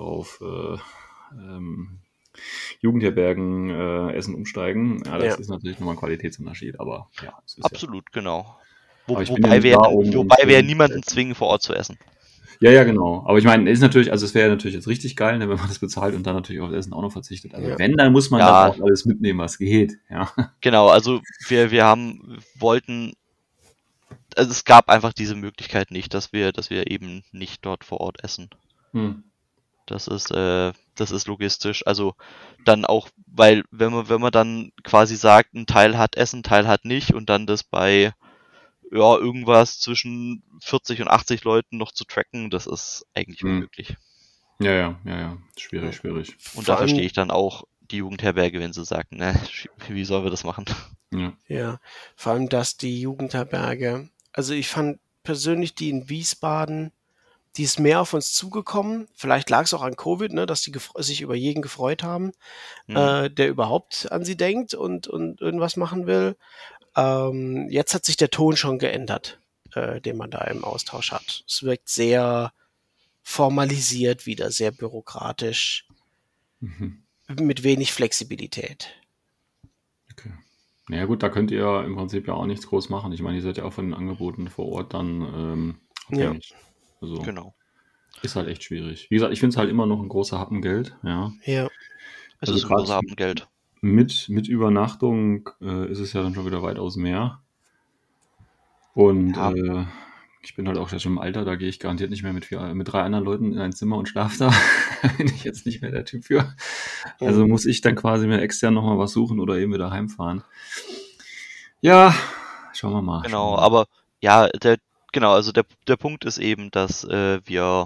Jugendherbergen Essen umsteigen. Ja, das ist natürlich nochmal ein Qualitätsunterschied, aber ja, es ist Absolut, genau. Aber ich bin Wobei ja wir, nicht da, um wobei wir schön- niemanden zwingen, vor Ort zu essen. Ja, genau. Aber ich meine, ist natürlich, also es wäre natürlich jetzt richtig geil, ne, wenn man das bezahlt und dann natürlich auf das Essen auch noch verzichtet. Also Ja. wenn, dann muss man Ja. das auch alles mitnehmen, was geht. Ja. Genau, also wir wollten, also es gab einfach diese Möglichkeit nicht, dass wir eben nicht dort vor Ort essen. Das ist logistisch. Also dann auch, weil wenn man dann quasi sagt, ein Teil hat Essen, ein Teil hat nicht und dann das bei ja irgendwas zwischen 40 und 80 Leuten noch zu tracken, das ist eigentlich unmöglich. Ja. Schwierig. Und Vor da allem- verstehe ich dann auch die Jugendherberge, wenn sie sagen, ne, wie sollen wir das machen? Ja. Ja, vor allem, dass die Jugendherberge, also ich fand persönlich die in Wiesbaden, die ist mehr auf uns zugekommen. Vielleicht lag es auch an Covid, ne, dass die sich über jeden gefreut haben, der überhaupt an sie denkt und irgendwas machen will. Jetzt hat sich der Ton schon geändert, den man da im Austausch hat. Es wirkt sehr formalisiert wieder, sehr bürokratisch, mit wenig Flexibilität. Okay. Naja gut, da könnt ihr im Prinzip ja auch nichts groß machen. Ich meine, ihr seid ja auch von den Angeboten vor Ort dann abhängig. Also Genau. ist halt echt schwierig. Wie gesagt, ich finde es halt immer noch ein großer Happen Geld. Ja. Ja, Es Also ist ein grad großer Abendgeld. Mit Übernachtung ist es ja dann schon wieder weitaus mehr. Und Ja. ich bin halt auch schon im Alter, da gehe ich garantiert nicht mehr mit 3 anderen Leuten in ein Zimmer und schlafe da. Bin ich jetzt nicht mehr der Typ für. Also muss ich dann quasi mir extern nochmal was suchen oder eben wieder heimfahren. Ja, schauen wir mal. Genau, aber ja, also der Punkt ist eben, dass wir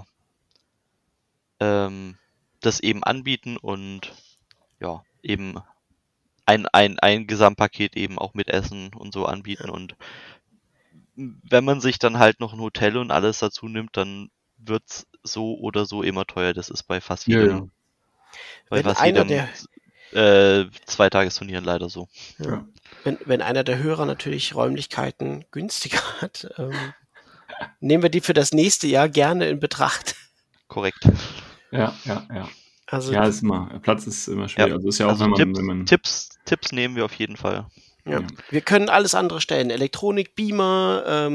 das eben anbieten und ja, eben ein Gesamtpaket eben auch mit Essen und so anbieten. Und wenn man sich dann halt noch ein Hotel und alles dazu nimmt, dann wird's so oder so immer teuer. Das ist bei fast jedem, Ja. bei Wenn fast einer jedem Zweitagesturnieren leider so. Ja. wenn einer der Hörer natürlich Räumlichkeiten günstiger hat, nehmen wir die für das nächste Jahr gerne in Betracht. Korrekt. Ja. Also Ja, Platz ist immer schwierig. Also ist ja auch, Also wenn man Tipps nehmen wir auf jeden Fall. ja. Wir können alles andere stellen. Elektronik, Beamer,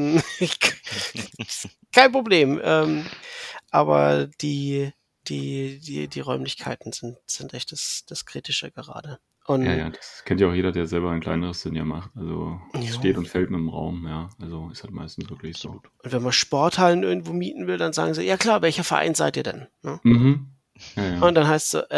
kein Problem. Aber die Räumlichkeiten sind echt das Kritische gerade. Und ja, das kennt ja auch jeder, der selber ein kleineres Turnier macht. Also es Ja. steht und fällt mit dem Raum, ja. Also ist halt meistens wirklich so. Und wenn man Sporthallen irgendwo mieten will, dann sagen sie, ja klar, welcher Verein seid ihr denn? Ne? Mhm. Ja. Und dann heißt es so,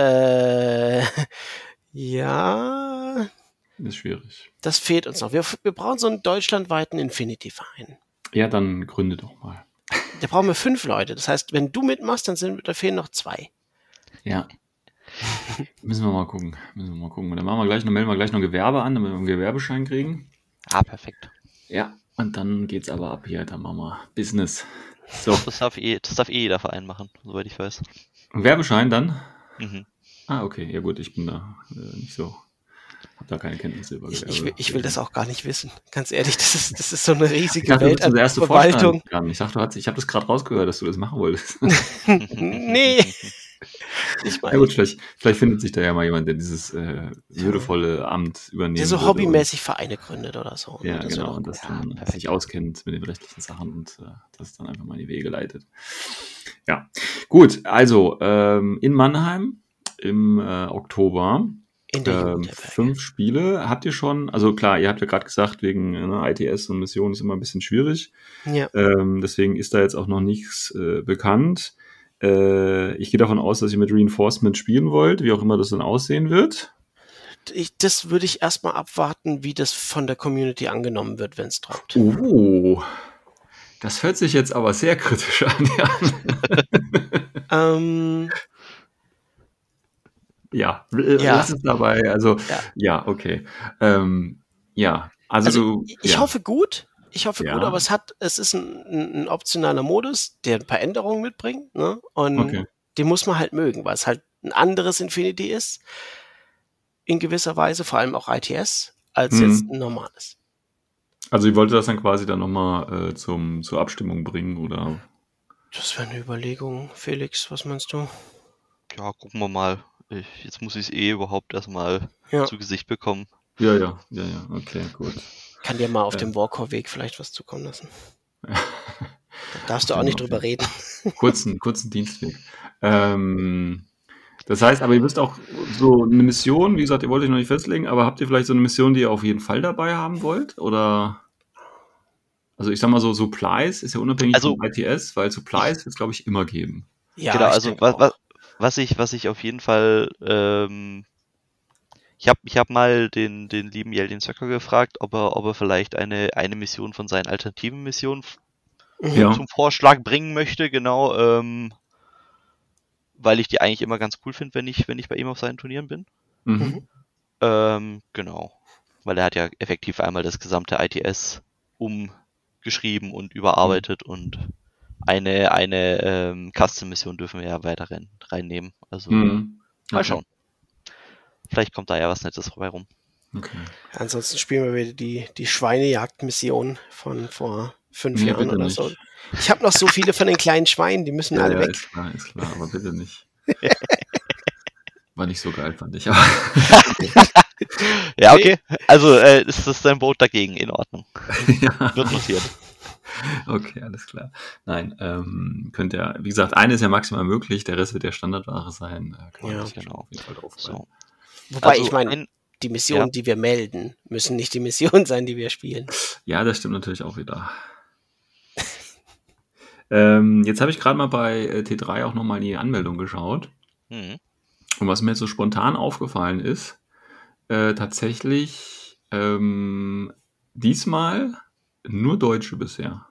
ja, Ist schwierig. das fehlt uns noch. Wir brauchen so einen deutschlandweiten Infinity-Verein. Ja, dann gründe doch mal. Da brauchen wir 5 Leute. Das heißt, wenn du mitmachst, da fehlen noch 2. Ja. Müssen wir mal gucken. Und dann melden wir gleich noch Gewerbe an, damit wir einen Gewerbeschein kriegen. Perfekt. Ja. Und dann geht's aber ab hier, dann machen wir Business. So. Das darf jeder Verein machen, soweit ich weiß. Gewerbeschein dann? Mhm. Okay. Ja gut, ich bin da nicht so. Hab da keine Kenntnisse über Gewerbe. Ich will das auch gar nicht wissen. Ganz ehrlich, das ist so eine Ich riesige dachte, Welt du bist der an erste Verwaltung. Vorstand. Ich dachte, ich habe das gerade rausgehört, dass du das machen wolltest. Nee. Ich Ja meine, gut, vielleicht findet sich da ja mal jemand, der dieses würdevolle Amt übernehmen der so würde hobbymäßig Vereine gründet oder so. und, ja, Das wär genau, doch und gut. das dann sich auskennt mit den rechtlichen Sachen und das dann einfach mal in die Wege leitet. Ja, gut, also in Mannheim im Oktober In der Jugendherberge. 5 Spiele. Habt ihr schon, also klar, ihr habt ja gerade gesagt, wegen ITS und Mission ist immer ein bisschen schwierig. Ja. Deswegen ist da jetzt auch noch nichts bekannt. Ich gehe davon aus, dass ihr mit Reinforcement spielen wollt, wie auch immer das dann aussehen wird. Das würde ich erstmal abwarten, wie das von der Community angenommen wird, wenn es droppt. Das hört sich jetzt aber sehr kritisch an. Ja, lass es dabei. Also, ja okay. Ich hoffe gut. Ich hoffe Ja. gut, aber es ist ein optionaler Modus, der ein paar Änderungen mitbringt, ne? Und Okay. den muss man halt mögen, weil es halt ein anderes Infinity ist, in gewisser Weise, vor allem auch ITS, als jetzt ein normales. Also ihr wolltet das dann quasi dann nochmal zur Abstimmung bringen, oder? Das wäre eine Überlegung, Felix, was meinst du? Ja, gucken wir mal. Jetzt muss ich es überhaupt erstmal zu Gesicht bekommen. Ja, okay, gut. Kann dir mal auf dem Warcore-Weg vielleicht was zukommen lassen. Da darfst du auch nicht drüber reden. Kurzen Dienstweg. Das heißt, aber ihr wisst auch so eine Mission, wie gesagt, ihr wollt euch noch nicht festlegen, aber habt ihr vielleicht so eine Mission, die ihr auf jeden Fall dabei haben wollt? Oder? Also ich sag mal so, Supplies ist ja unabhängig von ITS, weil Supplies wird es, glaube ich, immer geben. Ja, genau, also was ich auf jeden Fall, ich hab mal den lieben Yeldin Söcker gefragt, ob er vielleicht eine Mission von seinen alternativen Missionen zum Vorschlag bringen möchte, genau, weil ich die eigentlich immer ganz cool finde, wenn ich bei ihm auf seinen Turnieren bin. Genau, weil er hat ja effektiv einmal das gesamte ITS umgeschrieben und überarbeitet und eine Custom-Mission dürfen wir ja weiter reinnehmen. Also mal schauen. Vielleicht kommt da ja was Nettes dabei rum. Okay. Ansonsten spielen wir wieder die Schweinejagd-Mission von vor 5 Jahren oder nicht. so. Ich habe noch so viele von den kleinen Schweinen, die müssen alle weg. Ist klar, aber bitte nicht. War nicht so geil, fand ich. Aber ja, okay. Also ist das dein Vote dagegen in Ordnung? Ja. Wird notiert. Okay, alles klar. Nein, könnt ihr, wie gesagt, eine ist ja maximal möglich, der Rest wird ja Standardware sein. Kann man sich genau. auf jeden Fall drauf freuen. So. Wobei, Also ich meine, die Missionen, die wir melden, müssen nicht die Missionen sein, die wir spielen. Ja, das stimmt natürlich auch wieder. Jetzt habe ich gerade mal bei T3 auch nochmal in die Anmeldung geschaut. Und was mir jetzt so spontan aufgefallen ist, tatsächlich diesmal nur Deutsche bisher.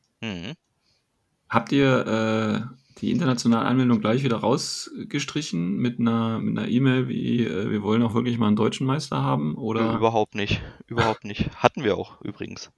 Habt ihr die internationale Anmeldung gleich wieder rausgestrichen mit einer E-Mail wie wir wollen auch wirklich mal einen deutschen Meister haben? Oder? Überhaupt nicht. Hatten wir auch übrigens.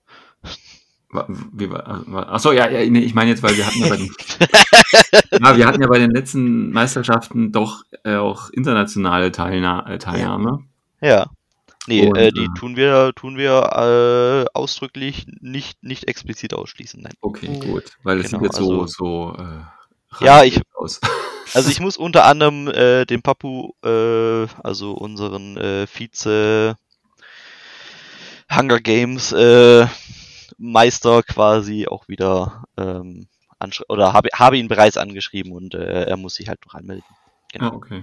Achso, nee, ich meine jetzt, weil wir hatten ja bei den letzten Meisterschaften doch auch internationale Teilnahme. Ja. Nee, Und, die tun wir ausdrücklich nicht explizit ausschließen. Nein. Okay, gut. Weil es sieht jetzt so aus. Also ich muss unter anderem den Papu, also unseren Vize Hunger Games Meister quasi auch wieder oder habe ihn bereits angeschrieben und er muss sich halt noch anmelden. Genau. Okay.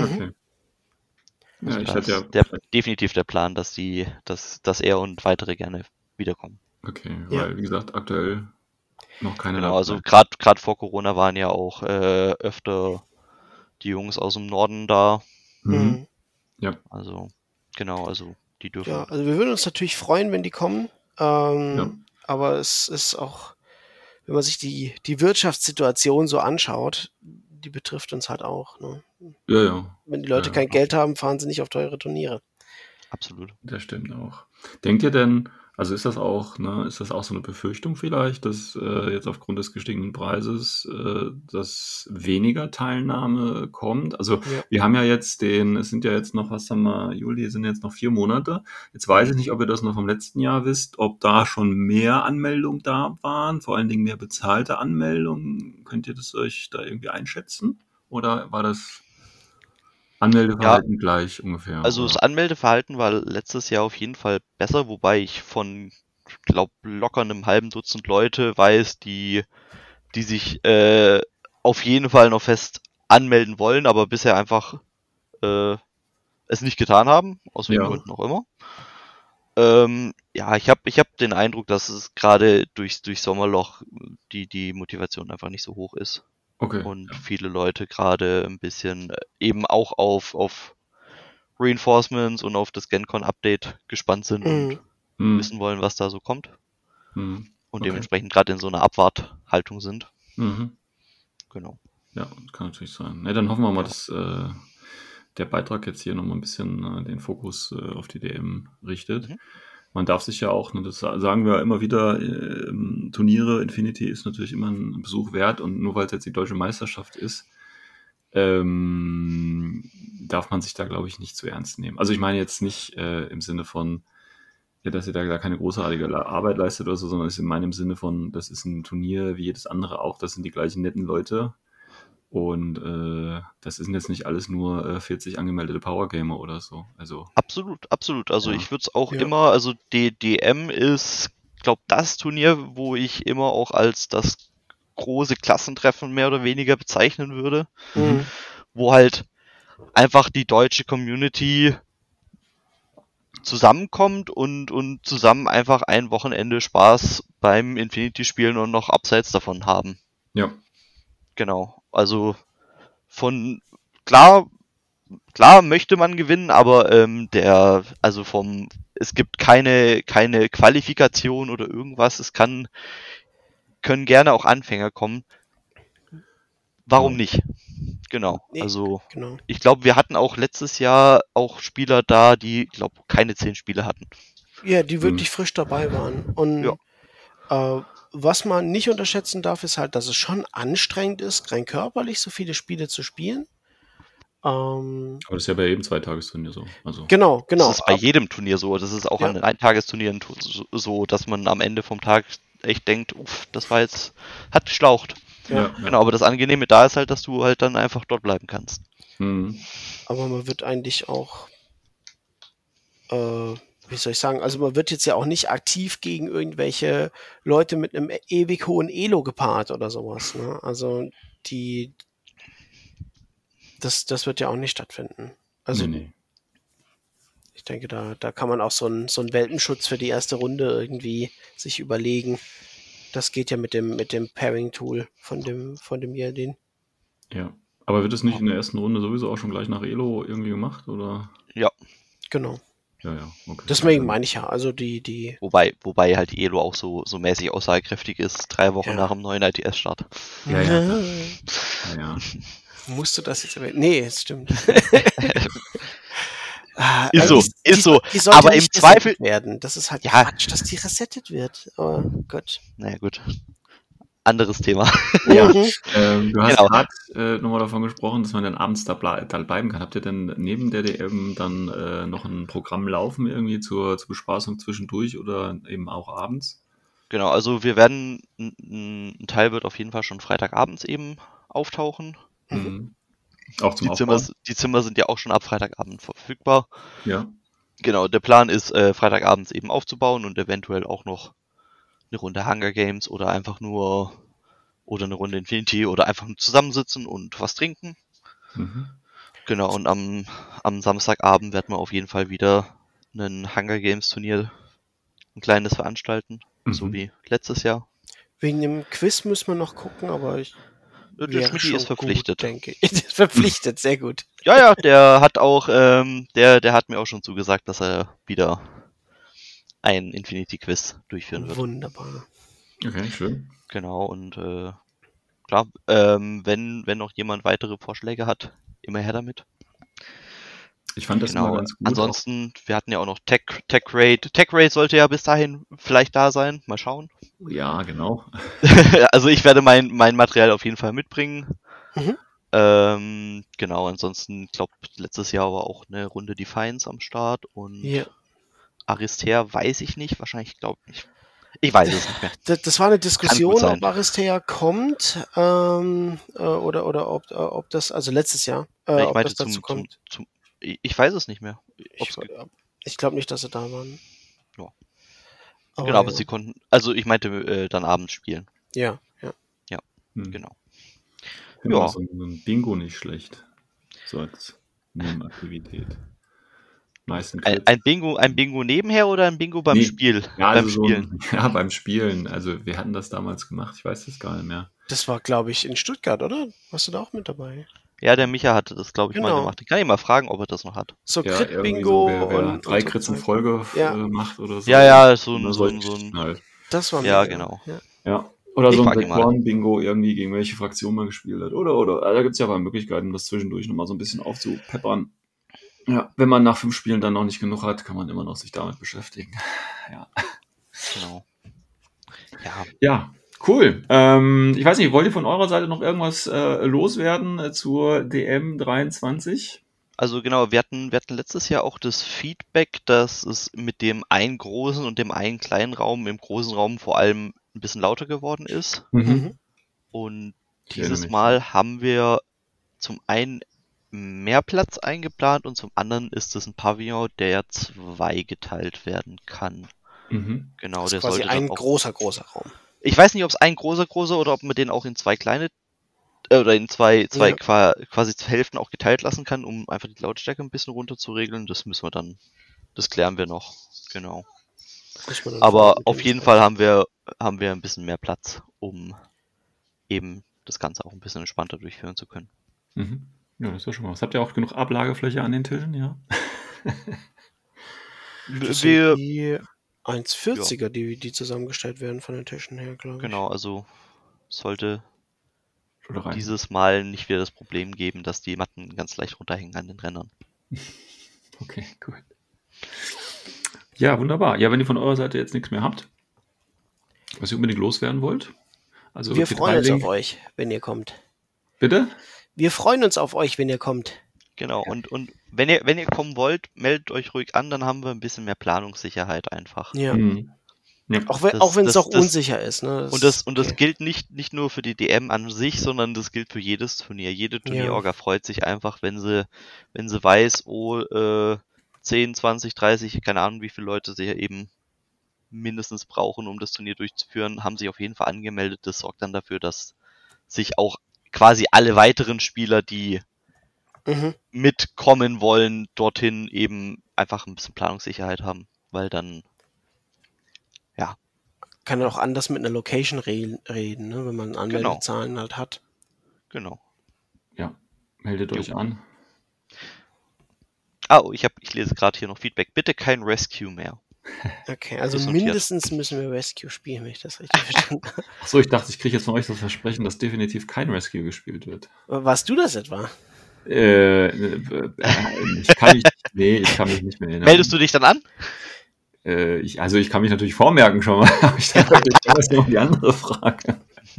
Also Ja, das ist definitiv der Plan, dass er und weitere gerne wiederkommen. Okay, weil wie gesagt, aktuell noch keine. Genau, also gerade vor Corona waren ja auch öfter die Jungs aus dem Norden da. Mhm. Ja. Also, genau, also die dürfen. Ja, also wir würden uns natürlich freuen, wenn die kommen. Ja. Aber es ist auch, wenn man sich die Wirtschaftssituation so anschaut, die betrifft uns halt auch. Ne? Ja. Wenn die Leute Ja, kein Geld haben, fahren sie nicht auf teure Turniere. Absolut. Das stimmt auch. Denkt ihr denn, also ist das auch so eine Befürchtung vielleicht, dass jetzt aufgrund des gestiegenen Preises dass weniger Teilnahme kommt? Also Ja. wir haben ja jetzt es sind ja jetzt noch, was haben wir, Juli, sind jetzt noch 4 Monate. Jetzt weiß ich nicht, ob ihr das noch vom letzten Jahr wisst, ob da schon mehr Anmeldungen da waren, vor allen Dingen mehr bezahlte Anmeldungen. Könnt ihr das euch da irgendwie einschätzen? Oder war das Anmeldeverhalten gleich ungefähr? Also oder? das Anmeldeverhalten war letztes Jahr auf jeden Fall besser, wobei ich von, glaube locker einem halben Dutzend Leute weiß, die sich auf jeden Fall noch fest anmelden wollen, aber bisher einfach es nicht getan haben, aus welchen Ja. Gründen auch immer. Ja, ich hab den Eindruck, dass es gerade durch Sommerloch die Motivation einfach nicht so hoch ist. Okay. Und viele Leute gerade ein bisschen eben auch auf Reinforcements und auf das GenCon-Update gespannt sind und Hm. wissen wollen, was da so kommt. Hm. Und Okay. dementsprechend gerade in so einer Abwarthaltung sind. Mhm. Genau. Ja, kann natürlich sein. Ne, dann hoffen wir mal, Ja. dass der Beitrag jetzt hier nochmal ein bisschen den Fokus auf die DM richtet. Mhm. Man darf sich ja auch, ne, das sagen wir immer wieder, Turniere, Infinity ist natürlich immer ein Besuch wert und nur weil es jetzt die deutsche Meisterschaft ist, darf man sich da, glaube ich, nicht zu ernst nehmen. Also ich meine jetzt nicht im Sinne von, ja, dass ihr da keine großartige Arbeit leistet oder so, sondern es ist in meinem Sinne von, das ist ein Turnier wie jedes andere auch, das sind die gleichen netten Leute und das sind jetzt nicht alles nur 40 angemeldete Powergamer oder so. Also Absolut. Also Ja. ich würde es auch Ja. immer, also DM ist, glaube das Turnier, wo ich immer auch als das große Klassentreffen mehr oder weniger bezeichnen würde, Mhm. wo halt einfach die deutsche Community zusammenkommt und zusammen einfach ein Wochenende Spaß beim Infinity spielen und noch abseits davon haben. ja. Genau. Also von klar möchte man gewinnen, aber es gibt keine Qualifikation oder irgendwas. Können gerne auch Anfänger kommen. Warum Ja. nicht? Genau. Nee, Also genau. ich glaube, wir hatten auch letztes Jahr auch Spieler da, die, glaube keine 10 Spiele hatten. Ja, die wirklich frisch dabei waren. Und was man nicht unterschätzen darf, ist halt, dass es schon anstrengend ist, rein körperlich so viele Spiele zu spielen. Aber das ist ja bei jedem Zweitagesturnier so. Also Genau. Das ist bei jedem Turnier so. Das ist auch Ja. an Eintagesturnieren so, dass man am Ende vom Tag echt denkt, uff, das war jetzt, hat geschlaucht. ja. Genau, aber das Angenehme da ist halt, dass du halt dann einfach dort bleiben kannst. Mhm. Aber man wird eigentlich auch, wie soll ich sagen, also man wird jetzt ja auch nicht aktiv gegen irgendwelche Leute mit einem ewig hohen Elo gepaart oder sowas. Ne? Also das wird ja auch nicht stattfinden. Also Nee. ich denke, da kann man auch so einen Welpenschutz für die erste Runde irgendwie sich überlegen. Das geht ja mit dem Pairing-Tool von dem Yelden. Ja. Aber wird es nicht in der ersten Runde sowieso auch schon gleich nach Elo irgendwie gemacht? Oder? Ja, Genau. Ja, okay. Deswegen meine ich ja, also die wobei halt die Elo auch so mäßig aussagekräftig ist, 3 Wochen Ja. nach dem neuen ITS-Start. Ja. Musst du das jetzt erwähnen? Nee, es stimmt. Ist Also so. Die sollte Aber nicht im Zweifel, resettet werden. Das ist halt Ja. Quatsch, dass die resettet wird. Oh Gott. naja gut, anderes Thema. Ja. Mhm. Du hast Genau. gerade nochmal davon gesprochen, dass man dann abends da bleiben kann. Habt ihr denn neben der DM dann noch ein Programm laufen irgendwie zur Bespaßung zwischendurch oder eben auch abends? Genau, also wir werden, ein Teil wird auf jeden Fall schon Freitagabends eben auftauchen. Mhm. Auch zum Die Aufbauen? Zimmer sind ja auch schon ab Freitagabend verfügbar. Ja. Genau, der Plan ist, Freitagabends eben aufzubauen und eventuell auch noch eine Runde Hunger Games oder einfach nur oder eine Runde Infinity oder einfach nur zusammensitzen und was trinken. Mhm. Genau, und am Samstagabend werden wir auf jeden Fall wieder ein Hunger Games Turnier, ein kleines veranstalten, so Mhm. wie letztes Jahr. Wegen dem Quiz müssen wir noch gucken, aber Der Wäre Schmidti schon ist verpflichtet. Gut, denke ich. Verpflichtet, sehr gut. Ja, der hat auch, der hat mir auch schon zugesagt, dass er wieder ein Infinity-Quiz durchführen wird. Wunderbar. Okay, schön. Genau, und klar, wenn noch jemand weitere Vorschläge hat, immer her damit. Ich fand das immer Genau. ganz gut. Ansonsten, wir hatten ja auch noch Tech Raid. Tech Raid sollte ja bis dahin vielleicht da sein. Mal schauen. Ja, genau. Also ich werde mein Material auf jeden Fall mitbringen. Mhm. Genau, ansonsten, ich glaube, letztes Jahr war auch eine Runde Defiance am Start und Ja. Arister weiß ich nicht, wahrscheinlich glaube ich nicht. Ich weiß es nicht mehr. Das war eine Diskussion, sein. ob Aristea kommt oder ob das, also letztes Jahr, Ich ob meinte das dazu kommt. ich weiß es nicht mehr. Ich glaube nicht, dass sie da waren. Ja. Aber Genau, aber ja. sie konnten, also ich meinte dann abends spielen. Ja. Genau. Ich finde Ja. auch so ein Bingo nicht schlecht. So als Nebenaktivität. Meisten Ein Bingo nebenher oder ein Bingo beim Spiel? Ja, beim also Spielen. beim Spielen. Also wir hatten das damals gemacht, ich weiß das gar nicht mehr. Das war, glaube ich, in Stuttgart, oder? Warst du da auch mit dabei? Ja, der Micha hatte das, glaube ich, mal Genau. gemacht. Ich kann ihn mal fragen, ob er das noch hat. So Ja, irgendwie Crit-Bingo so, wer und 3 so Crits in Zeug. Folge Ja. macht oder so. Ja, so Oder ein solche Geschichten halt. Das war Ja, mega. genau. Ja. Ja. Oder Ich so ein frag ihn mal. Background-Bingo irgendwie, gegen welche Fraktion man gespielt hat. Oder. Also da gibt es ja aber Möglichkeiten, das zwischendurch nochmal so ein bisschen aufzupeppern. Ja, wenn man nach 5 Spielen dann noch nicht genug hat, kann man immer noch sich damit beschäftigen. Ja. Genau. Ja, cool. Ich weiß nicht, wollt ihr von eurer Seite noch irgendwas loswerden zur DM 23? Also genau, wir hatten letztes Jahr auch das Feedback, dass es mit dem einen großen und dem einen kleinen Raum, im großen Raum vor allem ein bisschen lauter geworden ist. Mhm. Und Ich erinnere dieses mich. Mal haben wir zum einen mehr Platz eingeplant und zum anderen ist es ein Pavillon, der zweigeteilt werden kann. Mhm. Genau, Das der ist quasi sollte dann ein auch. großer Raum. Ich weiß nicht, ob es ein großer oder ob man den auch in zwei kleine oder in zwei Ja. quasi Hälften auch geteilt lassen kann, um einfach die Lautstärke ein bisschen runter zu regeln. Das klären wir noch. Genau. Muss man dann Aber mit auf dem jeden sprechen. Fall haben wir ein bisschen mehr Platz, um eben das Ganze auch ein bisschen entspannter durchführen zu können. Mhm. Ja, das ist ja schon mal was. Habt ihr auch genug Ablagefläche an den Tischen? Ja. Das Wir, sind die 1,40er, die zusammengestellt werden von den Tischen her, glaube ich. genau, also sollte Oder rein. dieses Mal nicht wieder das Problem geben, dass die Matten ganz leicht runterhängen an den Rändern. Okay, cool. Ja, wunderbar. Ja, wenn ihr von eurer Seite jetzt nichts mehr habt, was ihr unbedingt loswerden wollt. Also Wir freuen uns T3-Link. auf euch, wenn ihr kommt. Bitte? Wir freuen uns auf euch, wenn ihr kommt. Genau, und wenn ihr kommen wollt, meldet euch ruhig an, dann haben wir ein bisschen mehr Planungssicherheit einfach. Ja. Mhm. Ja. Auch wenn es auch unsicher ist. Ne? Das okay. gilt nicht nur für die DM an sich, sondern das gilt für jedes Turnier. Jede Turnierorga freut sich einfach, wenn sie weiß, 10, 20, 30, keine Ahnung, wie viele Leute sie eben mindestens brauchen, um das Turnier durchzuführen, haben sich auf jeden Fall angemeldet. Das sorgt dann dafür, dass sich auch quasi alle weiteren Spieler, die mitkommen wollen, dorthin eben einfach ein bisschen Planungssicherheit haben, weil dann kann er auch anders mit einer Location reden, ne? Wenn man Anmeldezahlen halt hat. Genau. Ja, meldet euch an. Ich lese gerade hier noch Feedback. Bitte kein Rescue mehr. Okay, also Ist notiert. mindestens müssen wir Rescue spielen, wenn ich das richtig verstanden habe. Achso, ich dachte, ich kriege jetzt von euch das Versprechen, dass definitiv kein Rescue gespielt wird. Warst du das etwa? Ich kann mich nicht mehr erinnern. Meldest du dich dann an? Ich kann mich natürlich vormerken schon mal, aber ich dachte, das ist noch die andere Frage.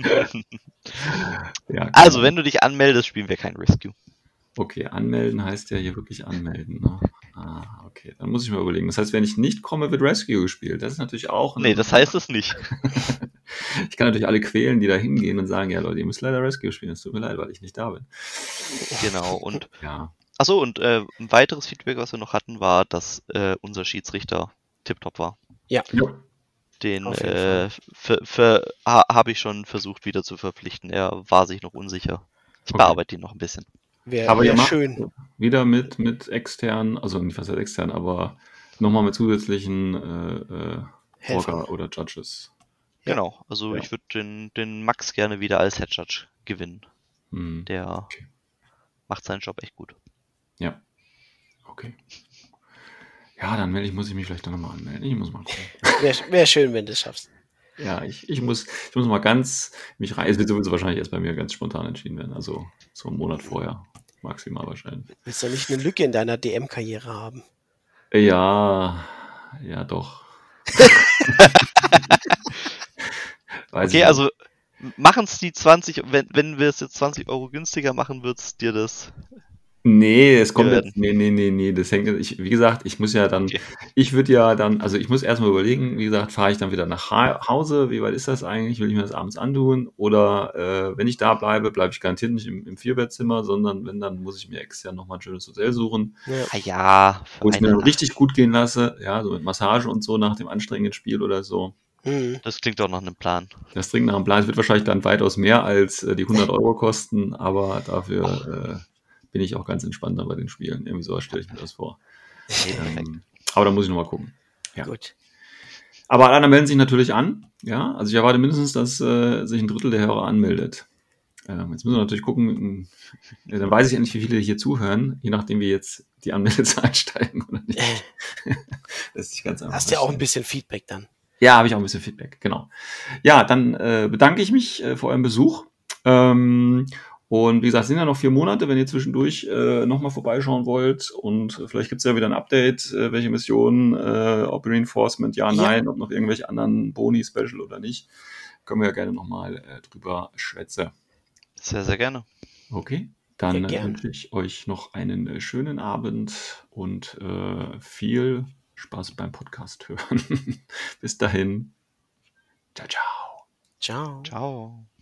Ja, also, wenn du dich anmeldest, spielen wir kein Rescue. Okay, anmelden heißt ja hier wirklich anmelden. Ne? Okay, dann muss ich mal überlegen. Das heißt, wenn ich nicht komme, wird Rescue gespielt. Das ist natürlich auch... Nee, das heißt es nicht. Ich kann natürlich alle quälen, die da hingehen und sagen, ja Leute, ihr müsst leider Rescue spielen. Es tut mir leid, weil ich nicht da bin. Genau, und... Ja. Achso, und ein weiteres Feedback, was wir noch hatten, war, dass unser Schiedsrichter tipptopp war. Ja. Den Auf jeden habe ich schon versucht wieder zu verpflichten. Er war sich noch unsicher. Ich bearbeite ihn noch ein bisschen. Aber ihr macht schön. wieder mit externen, also nicht was heißt extern, aber nochmal mit zusätzlichen Orga oder Judges. Genau, also ich würde den Max gerne wieder als Head Judge gewinnen. Der Okay. macht seinen Job echt gut. Ja. Okay. Ja, dann muss ich mich vielleicht doch nochmal anmelden. Ich muss mal gucken. Wäre schön, wenn du es schaffst. Ja, ich muss mal ganz mich rein. Es wird sowieso wahrscheinlich erst bei mir ganz spontan entschieden werden. Also so einen Monat vorher. Maximal wahrscheinlich. Willst du nicht eine Lücke in deiner DM-Karriere haben? Ja, doch. Weiß ich Okay, nicht. also machen es die 20, wenn wir es jetzt 20 Euro günstiger machen, wird's dir das. Nee, es kommt werden. jetzt, nee, das hängt, wie gesagt, ich muss ja dann, Okay. ich muss erstmal überlegen, wie gesagt, fahre ich dann wieder nach Hause, wie weit ist das eigentlich, will ich mir das abends antun, oder wenn ich da bleibe ich garantiert nicht im Vierbettzimmer, sondern wenn, dann muss ich mir extern nochmal ein schönes Hotel suchen, Ah ja, für wo ich mir eine dann Nacht. richtig gut gehen lasse, ja, so mit Massage und so nach dem anstrengenden Spiel oder so. Das klingt doch nach einem Plan. Das Ding nach dem Plan, es wird wahrscheinlich dann weitaus mehr als die 100 Euro kosten, aber dafür bin ich auch ganz entspannt dann bei den Spielen. Irgendwie so stelle ich mir das vor. Perfekt. Aber da muss ich nochmal gucken. Ja. Gut. Aber alle anderen melden sich natürlich an. Ja, also ich erwarte mindestens, dass sich ein Drittel der Hörer anmeldet. Jetzt müssen wir natürlich gucken, dann weiß ich endlich, wie viele hier zuhören, je nachdem, wie jetzt die Anmeldezahlen steigen oder nicht. Das ist ganz einfach. Hast ja auch ein bisschen Feedback dann. Ja, habe ich auch ein bisschen Feedback, genau. Ja, dann bedanke ich mich für euren Besuch. Und wie gesagt, es sind ja noch 4 Monate, wenn ihr zwischendurch nochmal vorbeischauen wollt. Und vielleicht gibt es ja wieder ein Update, welche Missionen, ob Reinforcement, ja, nein, ob noch irgendwelche anderen Boni, Special oder nicht. Können wir ja gerne nochmal drüber schwätzen. Sehr, sehr gerne. Okay, dann Ja, gern. wünsche ich euch noch einen schönen Abend und viel Spaß beim Podcast hören. Bis dahin. Ciao, ciao. Ciao. Ciao.